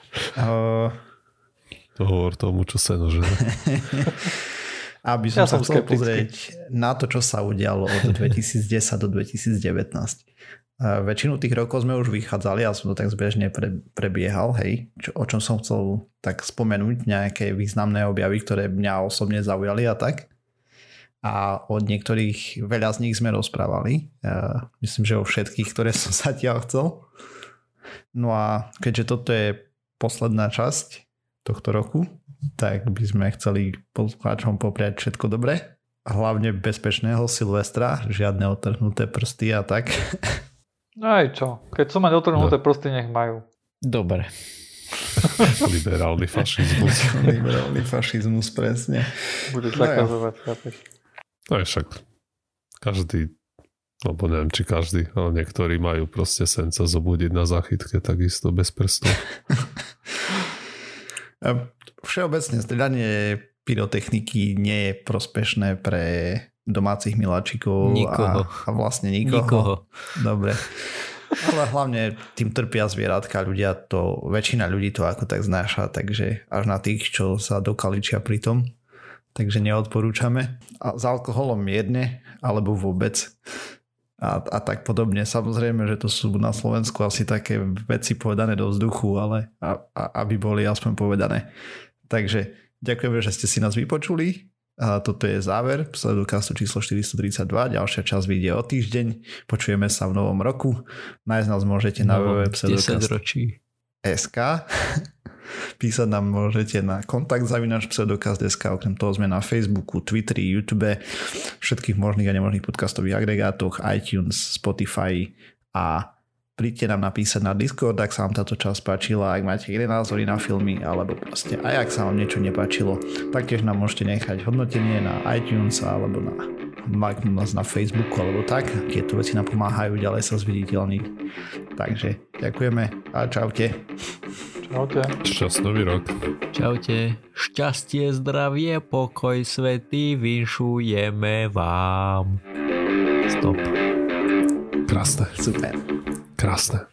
Hovor tomu, čo sa nože. Aby som sa chcel pozrieť na to, čo sa udialo od 2010 do 2019. Väčšinu tých rokov sme už vychádzali, ja som to tak zbežne prebiehal, hej, o čom som chcel tak spomenúť, nejaké významné objavy, ktoré mňa osobne zaujali a tak. A od niektorých, veľa z nich sme rozprávali. Myslím, že o všetkých, ktoré som zatiaľ chcel. No a keďže toto je posledná časť tohto roku, tak by sme chceli poslucháčom popriať všetko dobré. A hlavne bezpečného Silvestra, žiadne otrhnuté prsty a tak. No aj čo, keď sú mať otrhnuté prsty, nech majú. Dobre. Liberálny fašizmus. Liberálny fašizmus, presne. Bude zakazovať, chápeš. No je však každý, alebo neviem, či každý, ale niektorí majú proste sen sa zobudiť na záchytke takisto bez prstov. Všeobecne strieľanie pyrotechniky nie je prospešné pre domácich miláčikov a vlastne nikoho. Dobre. Ale hlavne tým trpia zvieratka, väčšina ľudí to ako tak znáša, takže až na tých, čo sa dokaličia pri tom. Takže neodporúčame. A s alkoholom mierne, alebo vôbec. A tak podobne. Samozrejme, že to sú na Slovensku asi také veci povedané do vzduchu, ale aby boli aspoň povedané. Takže ďakujeme, že ste si nás vypočuli. A toto je záver pseudokastu číslo 432. Ďalšia časť vyjde o týždeň. Počujeme sa v novom roku. Nájsť nás môžete na www.pseudokast.sk. Písať nám môžete na kontakt@pseudokast.sk. Okrem toho sme na Facebooku, Twitteri, YouTube, všetkých možných a nemožných podcastových agregátoch, iTunes, Spotify a príďte nám napísať na Discord, ak sa vám táto časť páčila, ak máte iné názory na filmy, alebo proste aj ak sa vám niečo nepáčilo, taktiež nám môžete nechať hodnotenie na iTunes alebo na Facebooku alebo tak. Tieto veci nám pomáhajú ďalej sa zviditeľniť. Takže ďakujeme a čaute. Čaute. Šťastný rok. Čaute. Šťastie, zdravie, pokoj svätý vinšujeme vám. Stop. Krásne. Super. Krásne.